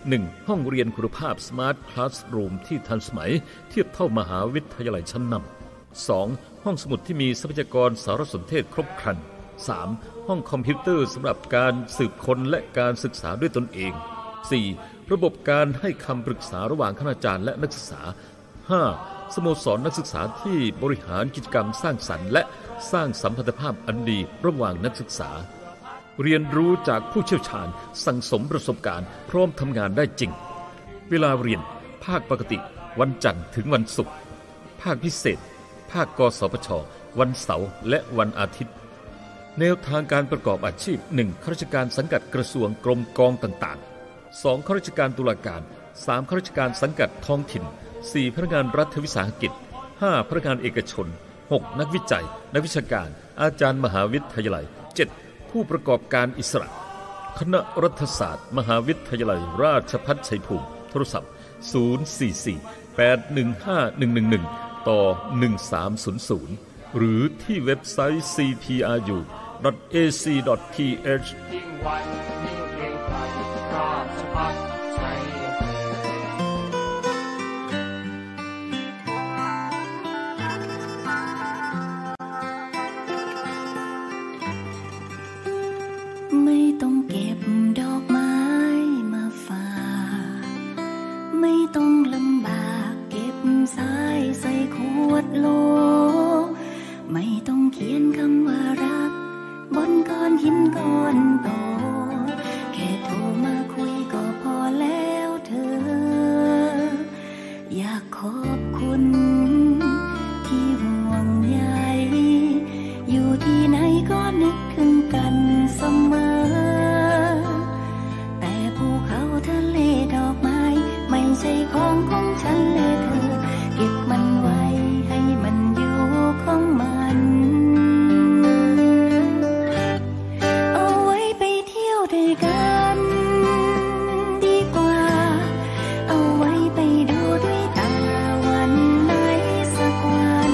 1. ห้องเรียนคุณภาพ Smart Classroom ที่ทันสมัยเทียบเท่ามหาวิทยาลัยชั้นนำ 2. ห้องสมุดที่มีทรัพยากรสารสนเทศครบครัน 3. ห้องคอมพิวเตอร์สำหรับการสืบค้นและการศึกษาด้วยตนเอง 4. ระบบการให้คำปรึกษาระหว่างคณาจารย์และนักศึกษา 5. สโมสรนักศึกษาที่บริหารกิจกรรมสร้างสรรค์และสร้างสัมพันธภาพอันดีระหว่างนักศึกษาเรียนรู้จากผู้เชี่ยวชาญสั่งสมประสบการณ์พร้อมทำงานได้จริงเวลาเรียนภาคปกติวันจันทร์ถึงวันศุกร์ภาคพิเศษภาคกสพชวันเสาร์และวันอาทิตย์แนวทางการประกอบอาชีพ 1. ข้าราชการสังกัดกระทรวงกรมกองต่างๆ 2. ข้าราชการตุลาการ 3. ข้าราชการสังกัดท้องถิ่น 4. พนักงานรัฐวิสาหกิจ 5. พนักงานเอกชน 6. นักวิจัยนักวิชาการอาจารย์มหาวิทยาลัย 7. ผู้ประกอบการอิสระคณะรัฐศาสตร์มหาวิทยาลัยราชภัฏชัยภูมิโทรศัพท์ 044-815-111 ต่อ 1300 หรือที่เว็บไซต์ cpru.ac.th ไม่ต้องเก็บดอกไม้มาฝากไม่ต้องลำบากเก็บสายใส่ขวดโหลไม่ต้องเขียนคำว่ารักบนก้อนหินก้อนโตแค่โทรมาคุยก็พอแล้วเธออยากขอบคุณที่ห่วงใยอยู่ที่ไหนก็นึกถึงกันเสมอแต่ภูเขาทะเลดอกไม้ไม่ใช่ของฉันและเธอเก็บมันไว้ให้มันอยู่ของมันเอาไว้ไปเที่ยวด้วยกันดีกว่าเอาไว้ไปดูด้วยตาวันไหนสักวัน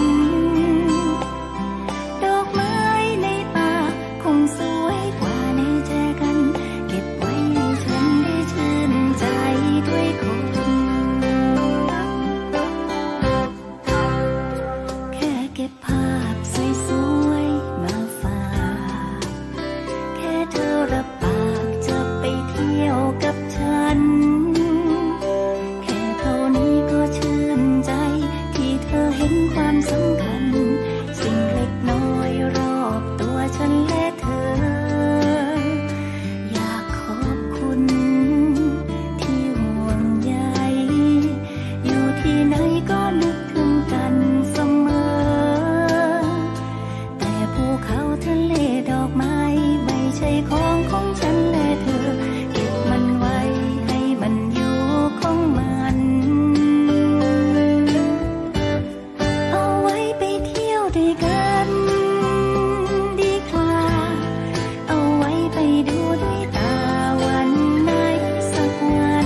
ดอกไม้ในป่าคงสวยกว่าในแจกันเก็บไว้ให้ฉันได้ชื่นใจด้วยคนแค่เก็บภาพสวยๆมาฝากแค่เธอรับปากจะไปเที่ยวกับฉันแค่เท่านี้ก็ชื่นใจที่เธอเห็นความสำคัญสิ่งเล็กน้อยรอบตัวฉันและเธออยากขอบคุณที่ห่วงใยอยู่ที่ไหนก็นึกถึงกันเสมอแต่ภูเขาทะเลดอกไม้ไม่ใช่ของฉันและเธอเก็บมันไว้ให้มันอยู่ของมันเอาไว้ไปเที่ยวด้วยกันดีกว่าเอาไว้ไปดูด้วยตาวันไหนสักวัน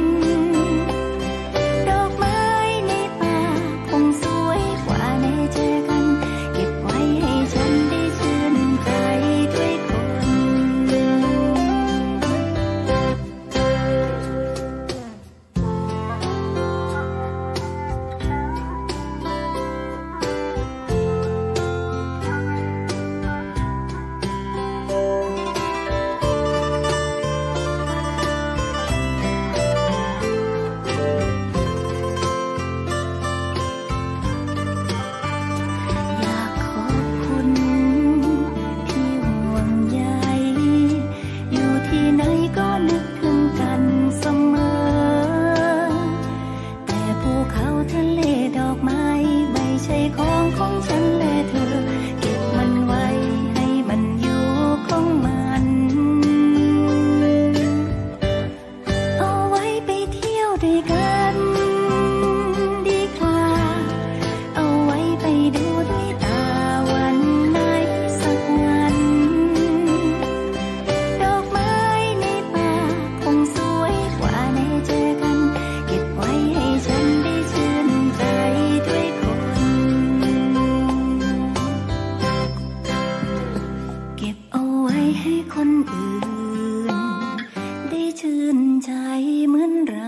ดอกไม้ในป่าคงสวยกว่าในแจกันเก็บไว้ให้ฉันได้ชื่นใจด้วยคนอยากขอบคุณที่ห่วงใยอยู่ที่ไหนก็นึกถึงกันเสมอแต่ภูเขาทะเลดอกไม้ไม่ใช่ของฉันและเธอเก็บมันไว้ให้มันอยู่ของมันเอาไว้ไปเที่ยวด้วยกันดีกว่าเอาไว้ไปดูด้วยตาวันไหนสักวันดอกไม้ในป่าคงสวยกว่าในแจกันเก็บไว้ให้ฉันได้ชื่นใจด้วยคนเก็บเอาไว้ให้คนอื่นได้ชื่นใจใจเหมือนเรา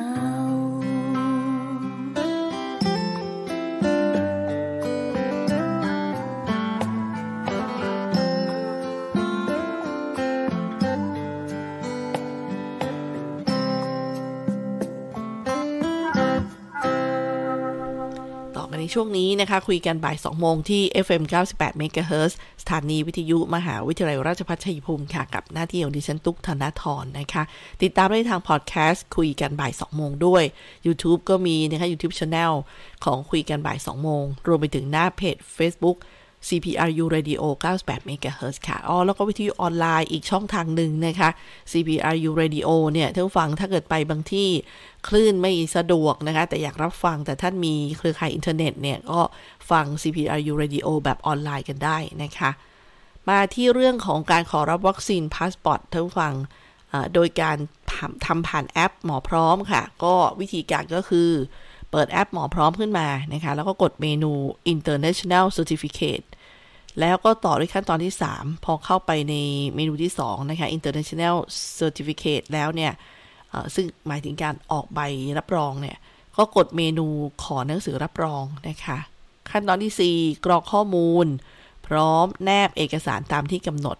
ในช่วงนี้นะคะคุยกันบ่าย 2 โมงที่ FM 98 MHz สถานีวิทยุมหาวิทยาลัยราชภัฏชัยภูมิค่ะกับหน้าที่ของดิฉันตุ๊กธนธรนะคะติดตามได้ทางพอดแคสต์คุยกันบ่าย 2 โมงด้วย YouTube ก็มีนะคะ YouTube Channel ของคุยกันบ่าย 2 โมงรวมไปถึงหน้าเพจ Facebook CPRU Radio 98 MHz ค่ะแล้วก็วิทยุออนไลน์อีกช่องทางหนึ่งนะคะ CPRU Radio เนี่ยท่านผู้ฟังถ้าเกิดไปบางที่คลื่นไม่สะดวกนะคะแต่อยากรับฟังแต่ท่านมีเครือข่ายอินเทอร์เน็ตเนี่ยก็ฟัง CPRU Radio แบบออนไลน์กันได้นะคะมาที่เรื่องของการขอรับวัคซีนพาสปอร์ตท่านผู้ฟังโดยการทำผ่านแอปหมอพร้อมค่ะก็วิธีการก็คือเปิดแอปหมอพร้อมขึ้นมานะคะแล้วก็กดเมนู International Certificate แล้วก็ต่อด้วยขั้นตอนที่3พอเข้าไปในเมนูที่2นะคะ International Certificate แล้วเนี่ยซึ่งหมายถึงการออกใบรับรองเนี่ยก็กดเมนูขอหนังสือรับรองนะคะขั้นตอนที่4กรอกข้อมูลพร้อมแนบเอกสารตามที่กำหนด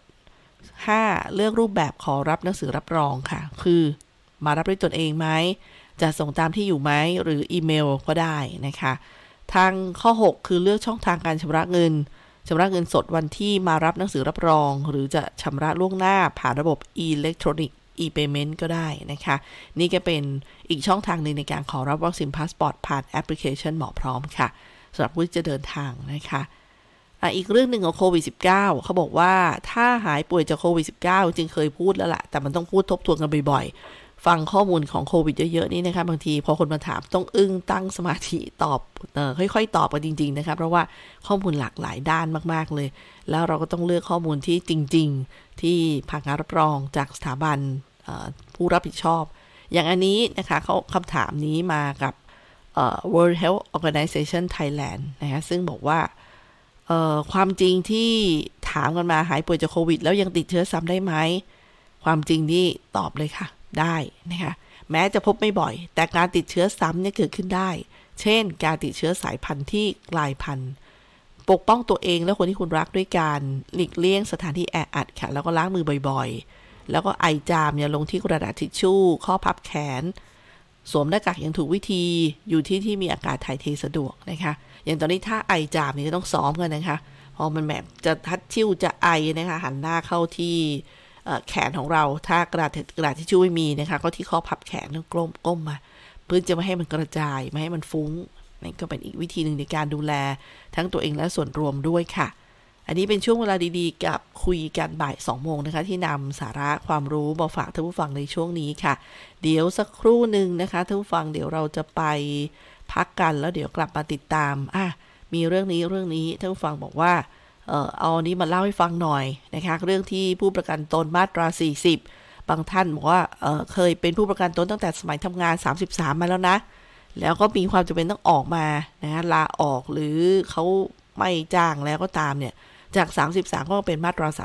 5เลือกรูปแบบขอรับหนังสือรับรองค่ะคือมารับด้วยตนเองไหมจะส่งตามที่อยู่ไหมหรืออีเมลก็ได้นะคะทางข้อ6คือเลือกช่องทางการชำระเงินสดวันที่มารับหนังสือรับรองหรือจะชำระล่วงหน้าผ่านระบบ Electronic e-payment ก็ได้นะคะนี่ก็เป็นอีกช่องทางนึงในการขอรับวัคซีนพาสปอร์ตผ่านแอปพลิเคชันหมอพร้อมค่ะสำหรับผู้ที่จะเดินทางนะคะอีกเรื่องหนึ่งของโควิด -19 เขาบอกว่าถ้าหายป่วยจากโควิด -19 จริงเคยพูดแล้วล่ะแต่มันต้องพูดทบทวนกันบ่อยๆฟังข้อมูลของโควิดเยอะๆนี่นะคะบางทีพอคนมาถามต้องอึ้งตั้งสมาธิตอบค่อยๆตอบกันจริงๆนะคะเพราะว่าข้อมูลหลากหลายด้านมากๆเลยแล้วเราก็ต้องเลือกข้อมูลที่จริงๆที่ผ่านการรับรองจากสถาบันผู้รับผิดชอบอย่างอันนี้นะคะเขาคำถามนี้มากับWorld Health Organization Thailand นะคะซึ่งบอกว่าความจริงที่ถามกันมาหายป่วยจากโควิดแล้วยังติดเชื้อซ้ำได้ไหมความจริงนี่ตอบเลยค่ะได้นะคะแม้จะพบไม่บ่อยแต่การติดเชื้อซ้ำเนี่ยเกิดขึ้นได้เช่นการติดเชื้อสายพันธุ์ที่กลายพันธุ์ปกป้องตัวเองและคนที่คุณรักด้วยการหลีกเลี่ยงสถานที่แออัดค่ะแล้วก็ล้างมือบ่อยๆแล้วก็ไอจามอย่าลงที่กระดาษทิชชู่ข้อพับแขนสวมหน้ากากอย่างถูกวิธีอยู่ที่มีอากาศถ่ายเทสะดวกนะคะอย่างตอนนี้ถ้าไอจามนี่ก็ต้องซ้อมกันนะคะพอมันแบบจะทัดชิ่วจะไอนะคะหันหน้าเข้าที่แขนของเราถ้ากระดาษทิชชู่ไม่มีนะคะก็ที่ข้อพับแขนต้องก้มมาเพื่อจะไม่ให้มันกระจายไม่ให้มันฟุ้งนี่ก็เป็นอีกวิธีหนึ่งในการดูแลทั้งตัวเองและส่วนรวมด้วยค่ะอันนี้เป็นช่วงเวลาดีๆกับคุยกันบ่าย 2 โมงนะคะที่นำสาระความรู้มาฝากท่านผู้ฟังในช่วงนี้ค่ะเดี๋ยวสักครู่นึงนะคะท่านผู้ฟังเดี๋ยวเราจะไปพักกันแล้วเดี๋ยวกลับมาติดตามมีเรื่องนี้ท่านผู้ฟังบอกว่าเอานี้มาเล่าให้ฟังหน่อยนะคะเรื่องที่ผู้ประกันตนมาตรา40บางท่านบอกว่าเคยเป็นผู้ประกันตนตั้งแต่สมัยทำงาน33มาแล้วนะแล้วก็มีความจำเป็นต้องออกมานะลาออกหรือเขาไม่จ้างแล้วก็ตามเนี่ยจาก33ก็เป็นมาตรา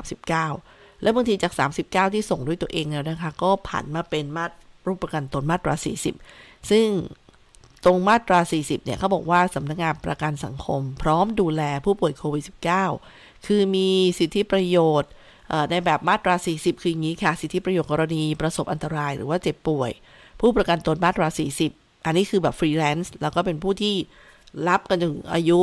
39แล้วบางทีจาก39ที่ส่งด้วยตัวเองแล้วนะคะก็ผันมาเป็นรูปประกันตนมาตรา40ซึ่งตรงมาตรา40เนี่ยเขาบอกว่าสำนักงานประกันสังคมพร้อมดูแลผู้ป่วยโควิด -19 คือมีสิทธิประโยชน์ในแบบมาตรา40คืออย่างนี้ค่ะสิทธิประโยชน์กรณีประสบอันตรายหรือว่าเจ็บป่วยผู้ประกันตนมาตรา40อันนี้คือแบบฟรีแลนซ์แล้วก็เป็นผู้ที่รับกันถึงอายุ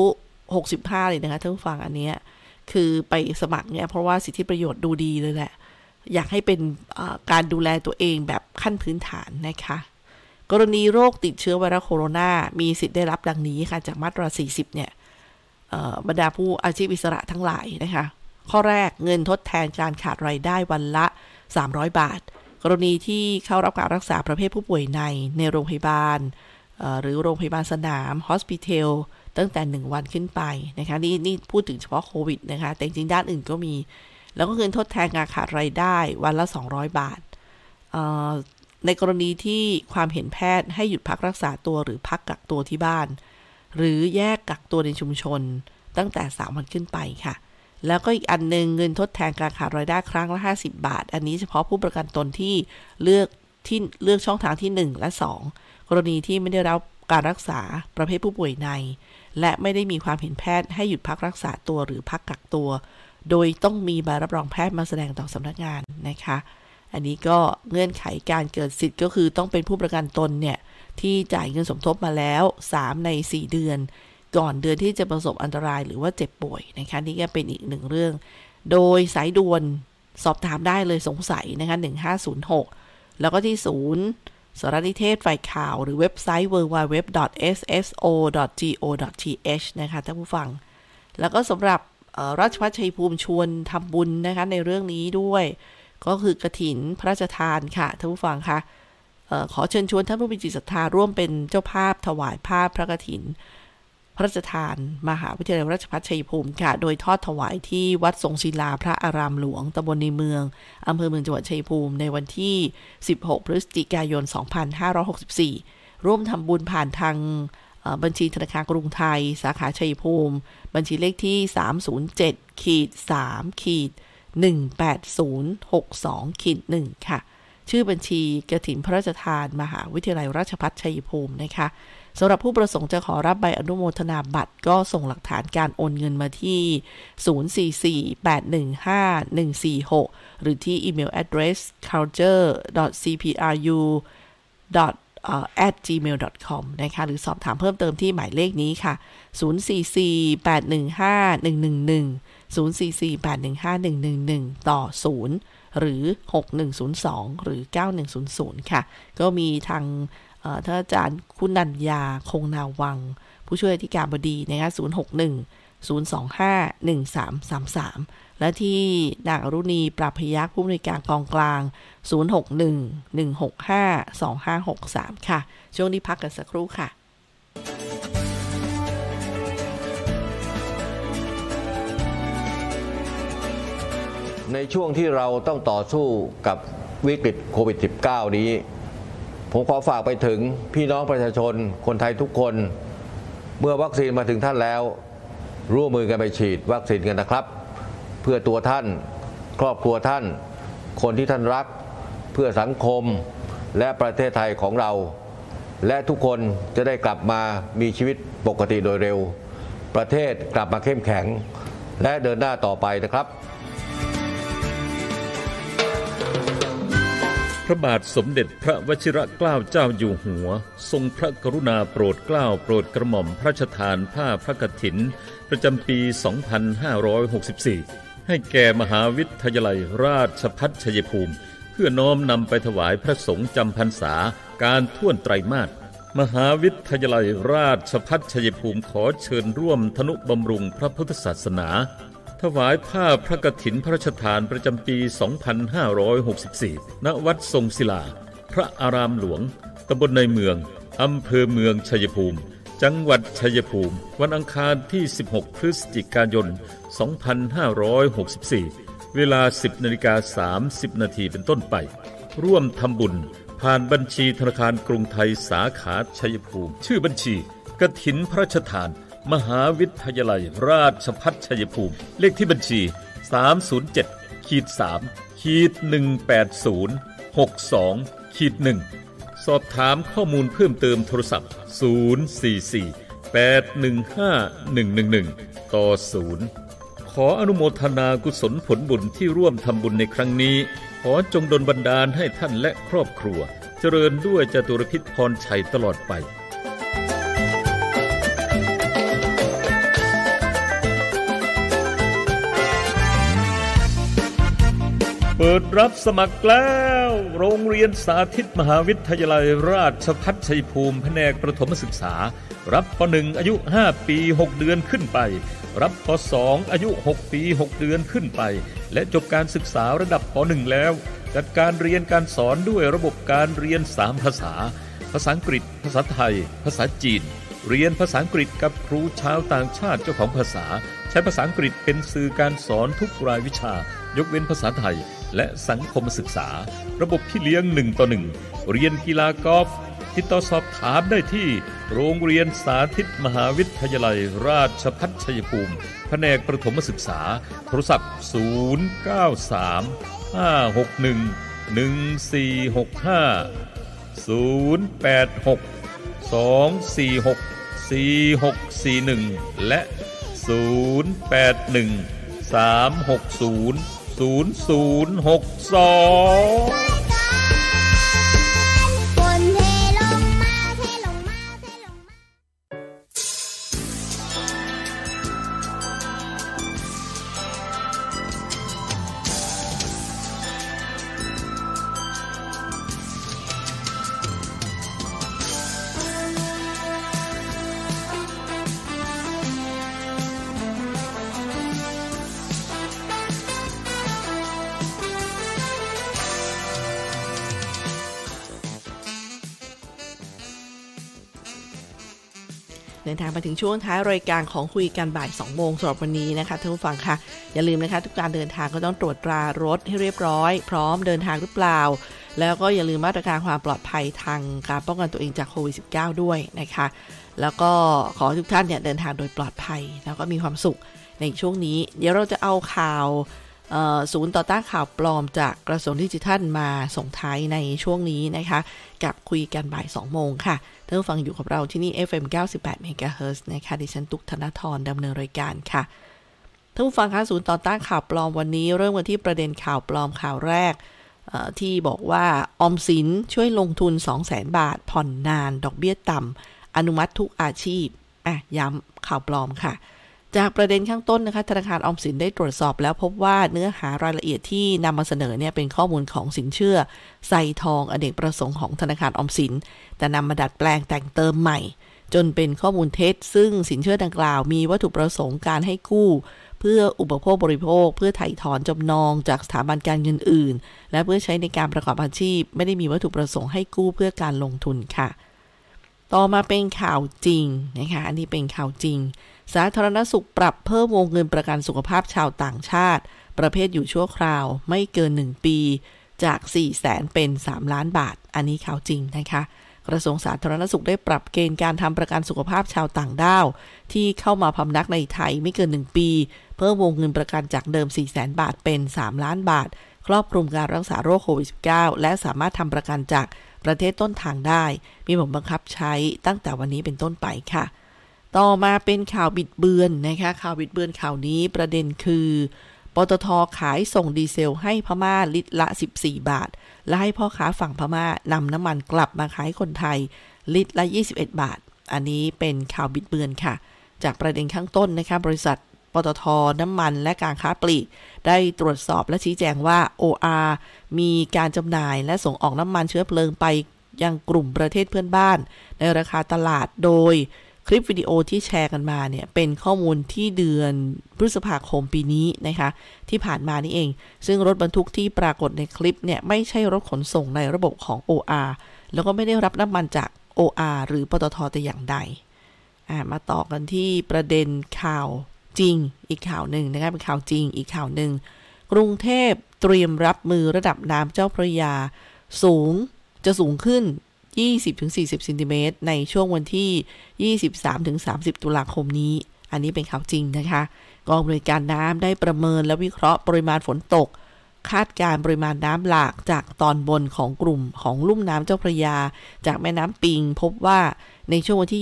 65เลยนะคะท่านผู้ฟังอันนี้คือไปสมัครเนี่ยเพราะว่าสิทธิประโยชน์ดูดีเลยแหละอยากให้เป็นการดูแลตัวเองแบบขั้นพื้นฐานนะคะกรณีโรคติดเชื้อไวรัสโคโรนามีสิทธิ์ได้รับดังนี้ค่ะจากมาตรา40เนี่ยบรรดาผู้อาชีพอิสระทั้งหลายนะคะข้อแรกเงินทดแทนการขาดรายได้วันละ300บาทกรณีที่เข้ารับการรักษาประเภทผู้ป่วยในโรงพยาบาลหรือโรงพยาบาลสนามฮอสพิทอลตั้งแต่1วันขึ้นไปนะคะนี่พูดถึงเฉพาะโควิดนะคะแต่จริงๆด้านอื่นก็มีแล้วก็เงินทดแทนการขาดรายได้วันละ200บาทในกรณีที่ความเห็นแพทย์ให้หยุดพักรักษาตัวหรือพักกักตัวที่บ้านหรือแยกกักตัวในชุมชนตั้งแต่3วันขึ้นไปค่ะแล้วก็อีกอันนึงเงินทดแทนการขาดรายได้ครั้งละ50บาทอันนี้เฉพาะผู้ประกันตนที่เลือกที่เลือกช่องทางที่1และ2กรณีที่ไม่ได้รับการรักษาประเภทผู้ป่วยในและไม่ได้มีความเห็นแพทย์ให้หยุดพักรักษาตัวหรือพักกักตัวโดยต้องมีใบรับรองแพทย์มาแสดงต่อสำนักงานนะคะอันนี้ก็เงื่อนไขการเกิดสิทธิ์ก็คือต้องเป็นผู้ประกันตนเนี่ยที่จ่ายเงินสมทบมาแล้ว3ใน4เดือนก่อนเดือนที่จะประสบอันตรายหรือว่าเจ็บป่วยนะคะนี่ก็เป็นอีกหนึ่งเรื่องโดยสายด่วนสอบถามได้เลยสงสัยนะคะ1506แล้วก็ที่ศูนย์สารนิเทศฝ่ายข่าวหรือเว็บไซต์ www.sso.go.th นะคะท่านผู้ฟังแล้วก็สำหรับราชภัฏชัยภูมิชวนทำบุญนะคะในเรื่องนี้ด้วยก็คือกฐินพระราชทานค่ะท่านผู้ฟังคะขอเชิญชวนท่านผู้มีจิตศรัทธาร่วมเป็นเจ้าภาพถวายภาพพระกฐินพระราชทานมหาวิทยาลัยราชภัฏชัยภูมิค่ะโดยทอดถวายที่วัดทรงศิลาพระอารามหลวงตำบลในเมืองอำเภอเมืองจังหวัดชัยภูมิในวันที่16พฤศจิกายน2564ร่วมทำบุญผ่านทางบัญชีธนาคารกรุงไทยสาขาชัยภูมิบัญชีเลขที่307-3-18062-1ค่ะชื่อบัญชีกฐินพระราชทานมหาวิทยาลัยราชภัฏชัยภูมินะคะสำหรับผู้ประสงค์จะขอรับใบอนุโมทนาบัตรก็ส่งหลักฐานการโอนเงินมาที่044815146หรือที่อีเมล address culture.cpru.@gmail.com นะคะหรือสอบถามเพิ่มเติมที่หมายเลขนี้ค่ะ044815111 044815111ต่อ0หรือ6102หรือ9100ค่ะก็มีทางท่านอาจารย์คุณัญญาคงนาวังผู้ช่วยอธิการบดีนะคะ061-025-1333และที่นางอรุณีปราพยัคฆ์ผู้อำนวยการกองกลาง061-165-2563ค่ะช่วงนี้พักกันสักครู่ค่ะในช่วงที่เราต้องต่อสู้กับวิกฤตโควิด -19 นี้ผมขอฝากไปถึงพี่น้องประชาชนคนไทยทุกคนเมื่อวัคซีนมาถึงท่านแล้วร่วมมือกันไปฉีดวัคซีนกันนะครับเพื่อตัวท่านครอบครัวท่านคนที่ท่านรักเพื่อสังคมและประเทศไทยของเราและทุกคนจะได้กลับมามีชีวิตปกติโดยเร็วประเทศกลับมาเข้มแข็งและเดินหน้าต่อไปนะครับพระบาทสมเด็จพระวชิรเกล้าเจ้าอยู่หัวทรงพระกรุณาโปรดเกล้าโปรดกระหม่อมพระราชทานผ้าพระกฐินประจำปี 2564 ให้แก่มหาวิทยาลัยราชภัฏชัยภูมิเพื่อน้อมนำไปถวายพระสงฆ์จำพรรษาการท่วนไตรมาสมหาวิทยาลัยราชภัฏชัยภูมิขอเชิญร่วมทนุบำรุงพระพุทธศาสนาถวายผ้าพระกฐินพระราชทานประจำปี 2564 ณ วัดทรงศิลาพระอารามหลวงตำบลในเมืองอำเภอเมืองชัยภูมิจังหวัดชัยภูมิวันอังคารที่ 16 พฤศจิกายน 2564 เวลา 10:30 น.เป็นต้นไปร่วมทำบุญผ่านบัญชีธนาคารกรุงไทยสาขาชัยภูมิชื่อบัญชีกฐินพระราชทานมหาวิทยาลัยราชภัฏชัยภูมิเลขที่บัญชี 307-3-18062-1 สอบถามข้อมูลเพิ่มเติมโทรศัพท์ 044-815-111 ต่อ 0 ขออนุโมทนากุศลผลบุญที่ร่วมทำบุญในครั้งนี้ขอจงดลบันดาลให้ท่านและครอบครัวเจริญด้วยจตุรพิษพรชัยตลอดไปเปิดรับสมัครแล้วโรงเรียนสาธิตมหาวิทยาลัยราชภัฏชัยภูมิแผนกประถมศึกษารับป.1 อายุ5ปี6เดือนขึ้นไปรับป.2 อายุ6ปี6เดือนขึ้นไปและจบการศึกษาระดับป.1 แล้วจัดการเรียนการสอนด้วยระบบการเรียน3ภาษาภาษาอังกฤษภาษาไทยภาษาจีนเรียนภาษาอังกฤษกับครูชาวต่างชาติเจ้าของภาษาใช้ภาษาอังกฤษเป็นสื่อการสอนทุกรายวิชายกเว้นภาษาไทยและสังคมศึกษาระบบพี่เลี้ยง1:1เรียนกีฬากอล์ฟติดต่อสอบถามได้ที่โรงเรียนสาธิตมหาวิทยาลัยราชภัฏชัยภูมิแผนกประถมศึกษาโทรศัพท์093 561 086-246-4641 และ 081-360-0062 เดินทางมาถึงช่วงท้ายรายการของคุยกันบ่าย 2 โมงสำหรับวันนี้นะคะท่านผู้ฟังค่ะอย่าลืมนะคะทุกการเดินทางก็ต้องตรวจตรารถให้เรียบร้อยพร้อมเดินทางหรือเปล่าแล้วก็อย่าลืมมาตรการความปลอดภัยทางการป้องกันตัวเองจากโควิด -19 ด้วยนะคะแล้วก็ขอให้ทุกท่านเนี่ยเดินทางโดยปลอดภัยแล้วก็มีความสุขในช่วงนี้เดี๋ยวเราจะเอาข่าวศูนย์ต่อต้านข่าวปลอมจากกระทรวงดิจิทัลมาส่งท้ายในช่วงนี้นะคะกับคุยกันบ่าย 2 โมงค่ะท่านผู้ฟังอยู่กับเราที่นี่ FM 98 MHz นะคะดิฉันตุ๊กธนธรดำเนินรายการค่ะท่านผู้ฟังคะศูนย์ต่อต้านข่าวปลอมวันนี้เริ่มกันที่ประเด็นข่าวปลอมข่าวแรกที่บอกว่าออมสินช่วยลงทุน 200,000 บาทผ่อนนานดอกเบี้ยต่ำอนุมัติทุกอาชีพย้ำข่าวปลอมค่ะจากประเด็นข้างต้นนะคะธนาคารออมสินได้ตรวจสอบแล้วพบว่าเนื้อหารายละเอียดที่นำมาเสนอเนี่ยเป็นข้อมูลของสินเชื่อไซทองอเนกประสงค์ของธนาคารออมสินแต่นำมาดัดแปลงแต่งเติมใหม่จนเป็นข้อมูลเท็จซึ่งสินเชื่อดังกล่าวมีวัตถุประสงค์การให้กู้เพื่ออุปโภคบริโภคเพื่อไถ่ถอนจำนองจากสถาบันการเงินอื่นและเพื่อใช้ในการประกอบอาชีพไม่ได้มีวัตถุประสงค์ให้กู้เพื่อการลงทุนค่ะต่อมาเป็นข่าวจริงนะคะอันนี้เป็นข่าวจริงสาธารณสุขปรับเพิ่มวงเงินประกันสุขภาพชาวต่างชาติประเภทอยู่ชั่วคราวไม่เกิน1ปีจาก 400,000 เป็น 3 ล้านบาทอันนี้ข่าวจริงนะคะกระทรวงสาธารณสุขได้ปรับเกณฑ์การทำประกันสุขภาพชาวต่างด้าวที่เข้ามาพำนักในไทยไม่เกิน1ปีเพิ่มวงเงินประกันจากเดิม 400,000 บาทเป็น 3 ล้านบาทครอบคลุมการรักษาโรคโควิด -19 และสามารถทำประกันจากประเทศต้นทางได้มีผลบังคับใช้ตั้งแต่วันนี้เป็นต้นไปค่ะต่อมาเป็นข่าวบิดเบือนนะคะข่าวบิดเบือนข่าวนี้ประเด็นคือปตท.ขายส่งดีเซลให้พม่าลิตรละ14 บาทและให้พ่อค้าฝั่งพม่านำน้ำมันกลับมาขายคนไทยลิตรละ21 บาทอันนี้เป็นข่าวบิดเบือนค่ะจากประเด็นข้างต้นนะคะบริษัทปตท.น้ำมันและการค้าปลีกได้ตรวจสอบและชี้แจงว่า OR มีการจำหน่ายและส่งออกน้ำมันเชื้อเพลิงไปยังกลุ่มประเทศเพื่อนบ้านในราคาตลาดโดยคลิปวิดีโอที่แชร์กันมาเนี่ยเป็นข้อมูลที่เดือนพฤษภาคมปีนี้นะคะที่ผ่านมานี่เองซึ่งรถบรรทุกที่ปรากฏในคลิปเนี่ยไม่ใช่รถขนส่งในระบบของ OR แล้วก็ไม่ได้รับน้ำมันจาก OR หรือปตท.แต่อย่างใดมาต่อกันที่ประเด็นข่าวจริงอีกข่าวหนึ่งนะคะเป็นข่าวจริงอีกข่าวหนึ่งกรุงเทพเตรียมรับมือระดับน้ำเจ้าพระยาสูงขึ้น20-40 เซนติเมตรในช่วงวันที่ 23-30 ตุลาคมนี้อันนี้เป็นข่าวจริงนะคะกองบริการน้ำได้ประเมินและวิเคราะห์ปริมาณฝนตกคาดการปริมาณน้ำหลากจากตอนบนของกลุ่มของลุ่มน้ำเจ้าพระยาจากแม่น้ำปิงพบว่าในช่วงวันที่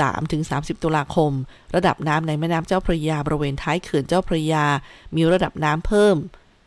23-30 ตุลาคมระดับน้ำในแม่น้ำเจ้าพระยาบริเวณท้ายเขื่อนเจ้าพระยามีระดับน้ำเพิ่ม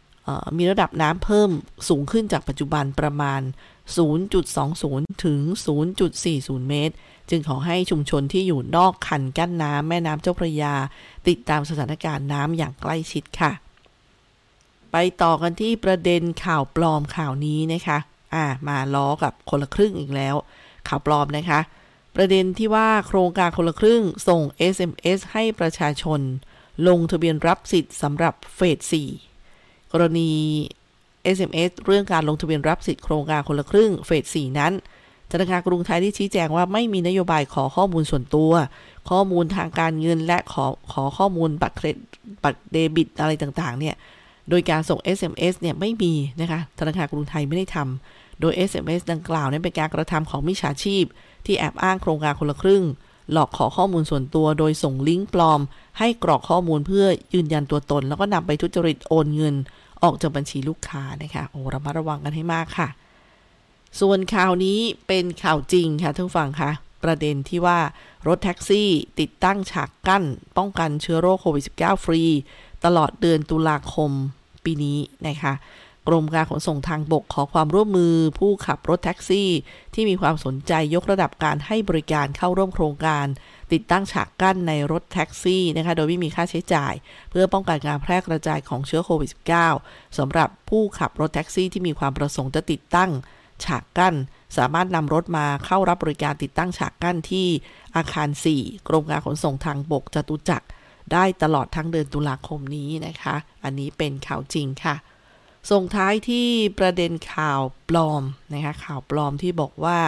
สูงขึ้นจากปัจจุบันประมาณ 0.20 ถึง 0.40 เมตรจึงขอให้ชุมชนที่อยู่นอกคันกั้นน้ำแม่น้ำเจ้าพระยาติดตามสถานการณ์น้ำอย่างใกล้ชิดค่ะไปต่อกันที่ประเด็นข่าวปลอมข่าวนี้นะคะมาล้อกับคนละครึ่งอีกแล้วข่าวปลอมนะคะประเด็นที่ว่าโครงการคนละครึ่งส่ง SMS ให้ประชาชนลงทะเบียนรับสิทธิ์สำหรับเฟส 4 กรณี SMS เรื่องการลงทะเบียนรับสิทธิ์โครงการคนละครึ่งเฟส 4 นั้นธนาคารกรุงไทยได้ชี้แจงว่าไม่มีนโยบายขอข้อมูลส่วนตัวข้อมูลทางการเงินและขอข้อมูลบัตรเครดิตบัตรเดบิตอะไรต่างๆเนี่ยโดยการส่ง SMS เนี่ยไม่มีนะคะธนาคารกรุงไทยไม่ได้ทำโดย SMS ดังกล่าวนั้นเป็นการกระทำของมิจฉาชีพที่แอบอ้างโครงการคนละครึ่งหลอกขอข้อมูลส่วนตัวโดยส่งลิงก์ปลอมให้กรอกข้อมูลเพื่อยืนยันตัวตนแล้วก็นำไปทุจริตโอนเงินออกจากบัญชีลูกค้านะคะระมัดระวังกันให้มากค่ะส่วนข่าวนี้เป็นข่าวจริงค่ะท่านผู้ฟังคะประเด็นที่ว่ารถแท็กซี่ติดตั้งฉากกั้นป้องกันเชื้อโรคโควิด -19 ฟรีตลอดเดือนตุลาคมปีนี้นะคะกรมการขนส่งทางบกขอความร่วมมือผู้ขับรถแท็กซี่ที่มีความสนใจยกระดับการให้บริการเข้าร่วมโครงการติดตั้งฉากกั้นในรถแท็กซี่นะคะโดยไม่มีค่าใช้จ่ายเพื่อป้องกันการแพร่กระจายของเชื้อโควิด -19 สำหรับผู้ขับรถแท็กซี่ที่มีความประสงค์จะติดตั้งฉากกั้นสามารถนำรถมาเข้ารับบริการติดตั้งฉากกั้นที่อาคาร 4 กรมการขนส่งทางบกจตุจักรได้ตลอดทั้งเดือนตุลาคมนี้นะคะอันนี้เป็นข่าวจริงค่ะส่งท้ายที่ประเด็นข่าวปลอมนะคะข่าวปลอมที่บอกว่า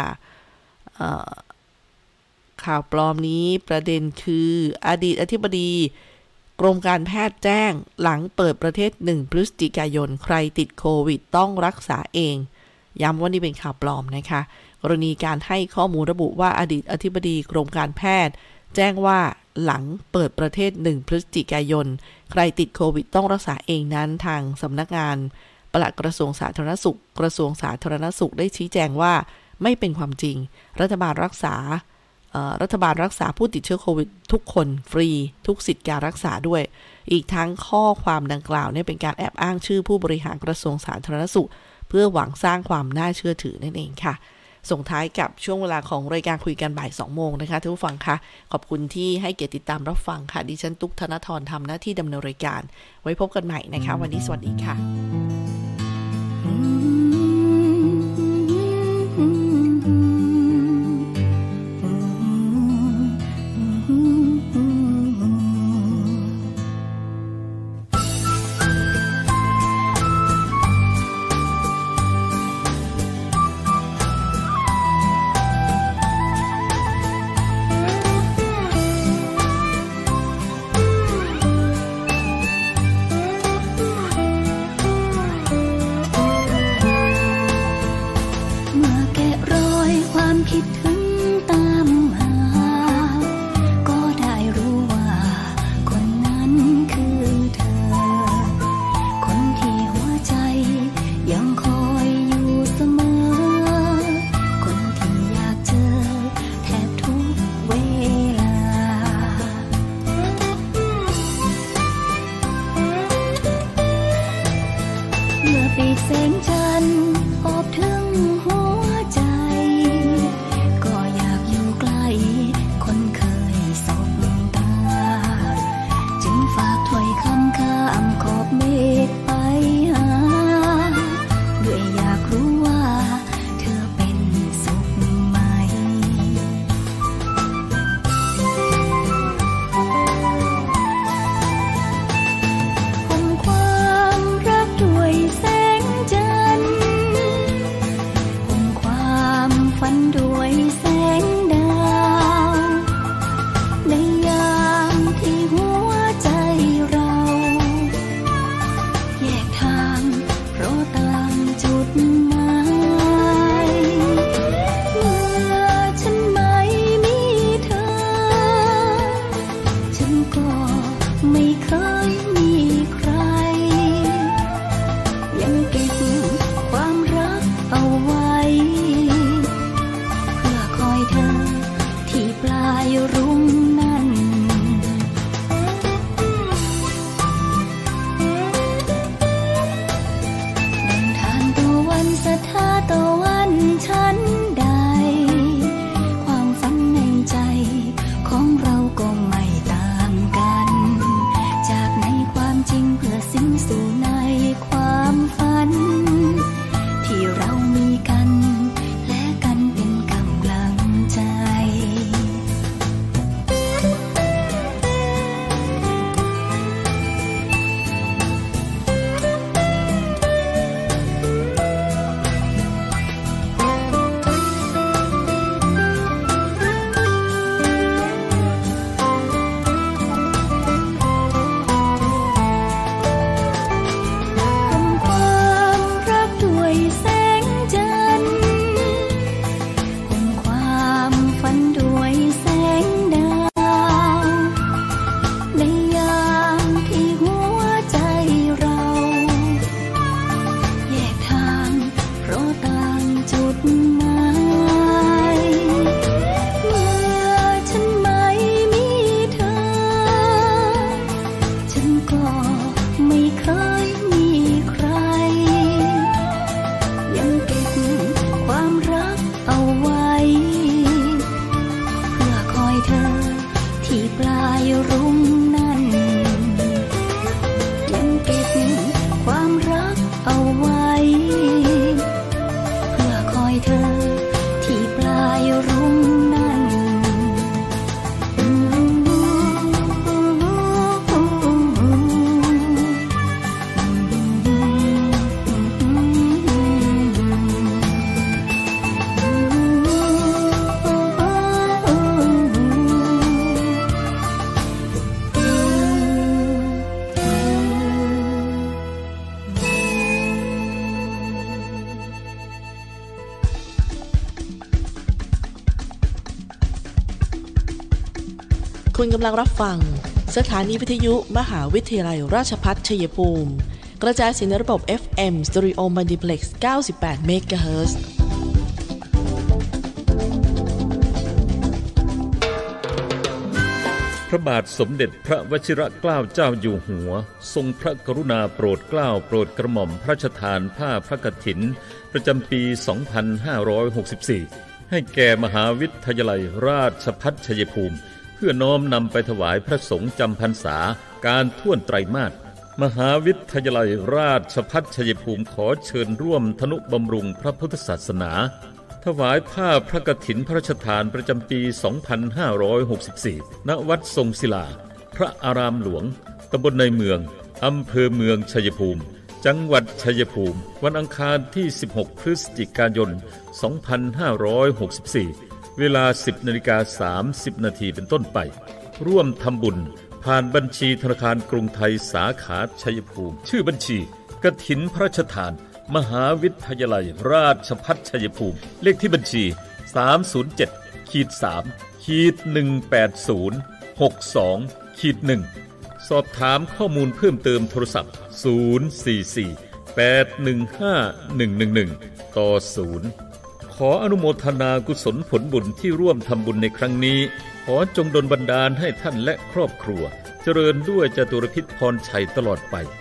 ข่าวปลอมนี้ประเด็นคืออดีตอธิบดีกรมการแพทย์แจ้งหลังเปิดประเทศ1 พฤศจิกายนใครติดโควิดต้องรักษาเองย้ำว่านี่เป็นข่าวปลอมนะคะกรณีการให้ข้อมูลระบุว่าอดีตอธิบดีกรมการแพทย์แจ้งว่าหลังเปิดประเทศ1 พฤศจิกายนใครติดโควิดต้องรักษาเองนั้นทางสำนักงานปลัดกระทรวงสาธารณสุขกระทรวงสาธารณสุขได้ชี้แจงว่าไม่เป็นความจริงรัฐบาลรักษาผู้ติดเชื้อโควิดทุกคนฟรีทุกสิทธิการรักษาด้วยอีกทั้งข้อความดังกล่าวเนี่ยเป็นการแอบอ้างชื่อผู้บริหารกระทรวงสาธารณสุขเพื่อหวังสร้างความน่าเชื่อถือนั่นเองค่ะส่งท้ายกับช่วงเวลาของรายการคุยกันบ่าย 2 โมงนะคะท่านผู้ฟังคะขอบคุณที่ให้เกียรติติดตามรับฟังค่ะดิฉันตุ๊กธนธรทำหน้าที่ดำเนินรายการไว้พบกันใหม่นะคะวันนี้สวัสดีค่ะแสงจันทร์อบถึงหัวใจก็คุณกำลังรับฟังสถานีวิทยุมหาวิทยาลัยราชภัฏชัยภูมิกระจายเสียงในระบบ FM Stereo Multiplex 98 เมกะเฮิรตซ์พระบาทสมเด็จพระวชิรเกล้าเจ้าอยู่หัวทรงพระกรุณาโปรดเกล้าโปรดกระหม่อมพระราชทานผ้าพระกฐินประจำปี 2564 ให้แก่มหาวิทยาลัยราชภัฏชัยภูมิเพื่อน้อมนำไปถวายพระสงฆ์จำพรรษาการท่วนไตรมาสมหาวิทยาลัยราชภัฏชัยภูมิขอเชิญร่วมทนุบำรุงพระพุทธศาสนาถวายผ้าพระกฐินพระราชทานประจำปี 2564 ณ วัดทรงศิลาพระอารามหลวงตำบลในเมืองอำเภอเมืองชัยภูมิจังหวัดชัยภูมิวันอังคารที่ 16 พฤศจิกายน 2564 เวลา 10:30 น.เป็นต้นไปร่วมทำบุญผ่านบัญชีธนาคารกรุงไทยสาขาชัยภูมิชื่อบัญชีกฐินพระราชทานมหาวิทยาลัยราชภัฏชัยภูมิเลขที่บัญชี 307-3-180-62-1 สอบถามข้อมูลเพิ่มเติมโทรศัพท์ 044-815-111 ต่อ 0 ขออนุโมทนากุศลผลบุญที่ร่วมทำบุญในครั้งนี้ขอจงดลบันดาลให้ท่านและครอบครัวเจริญด้วยจตุรพิธพรชัยตลอดไป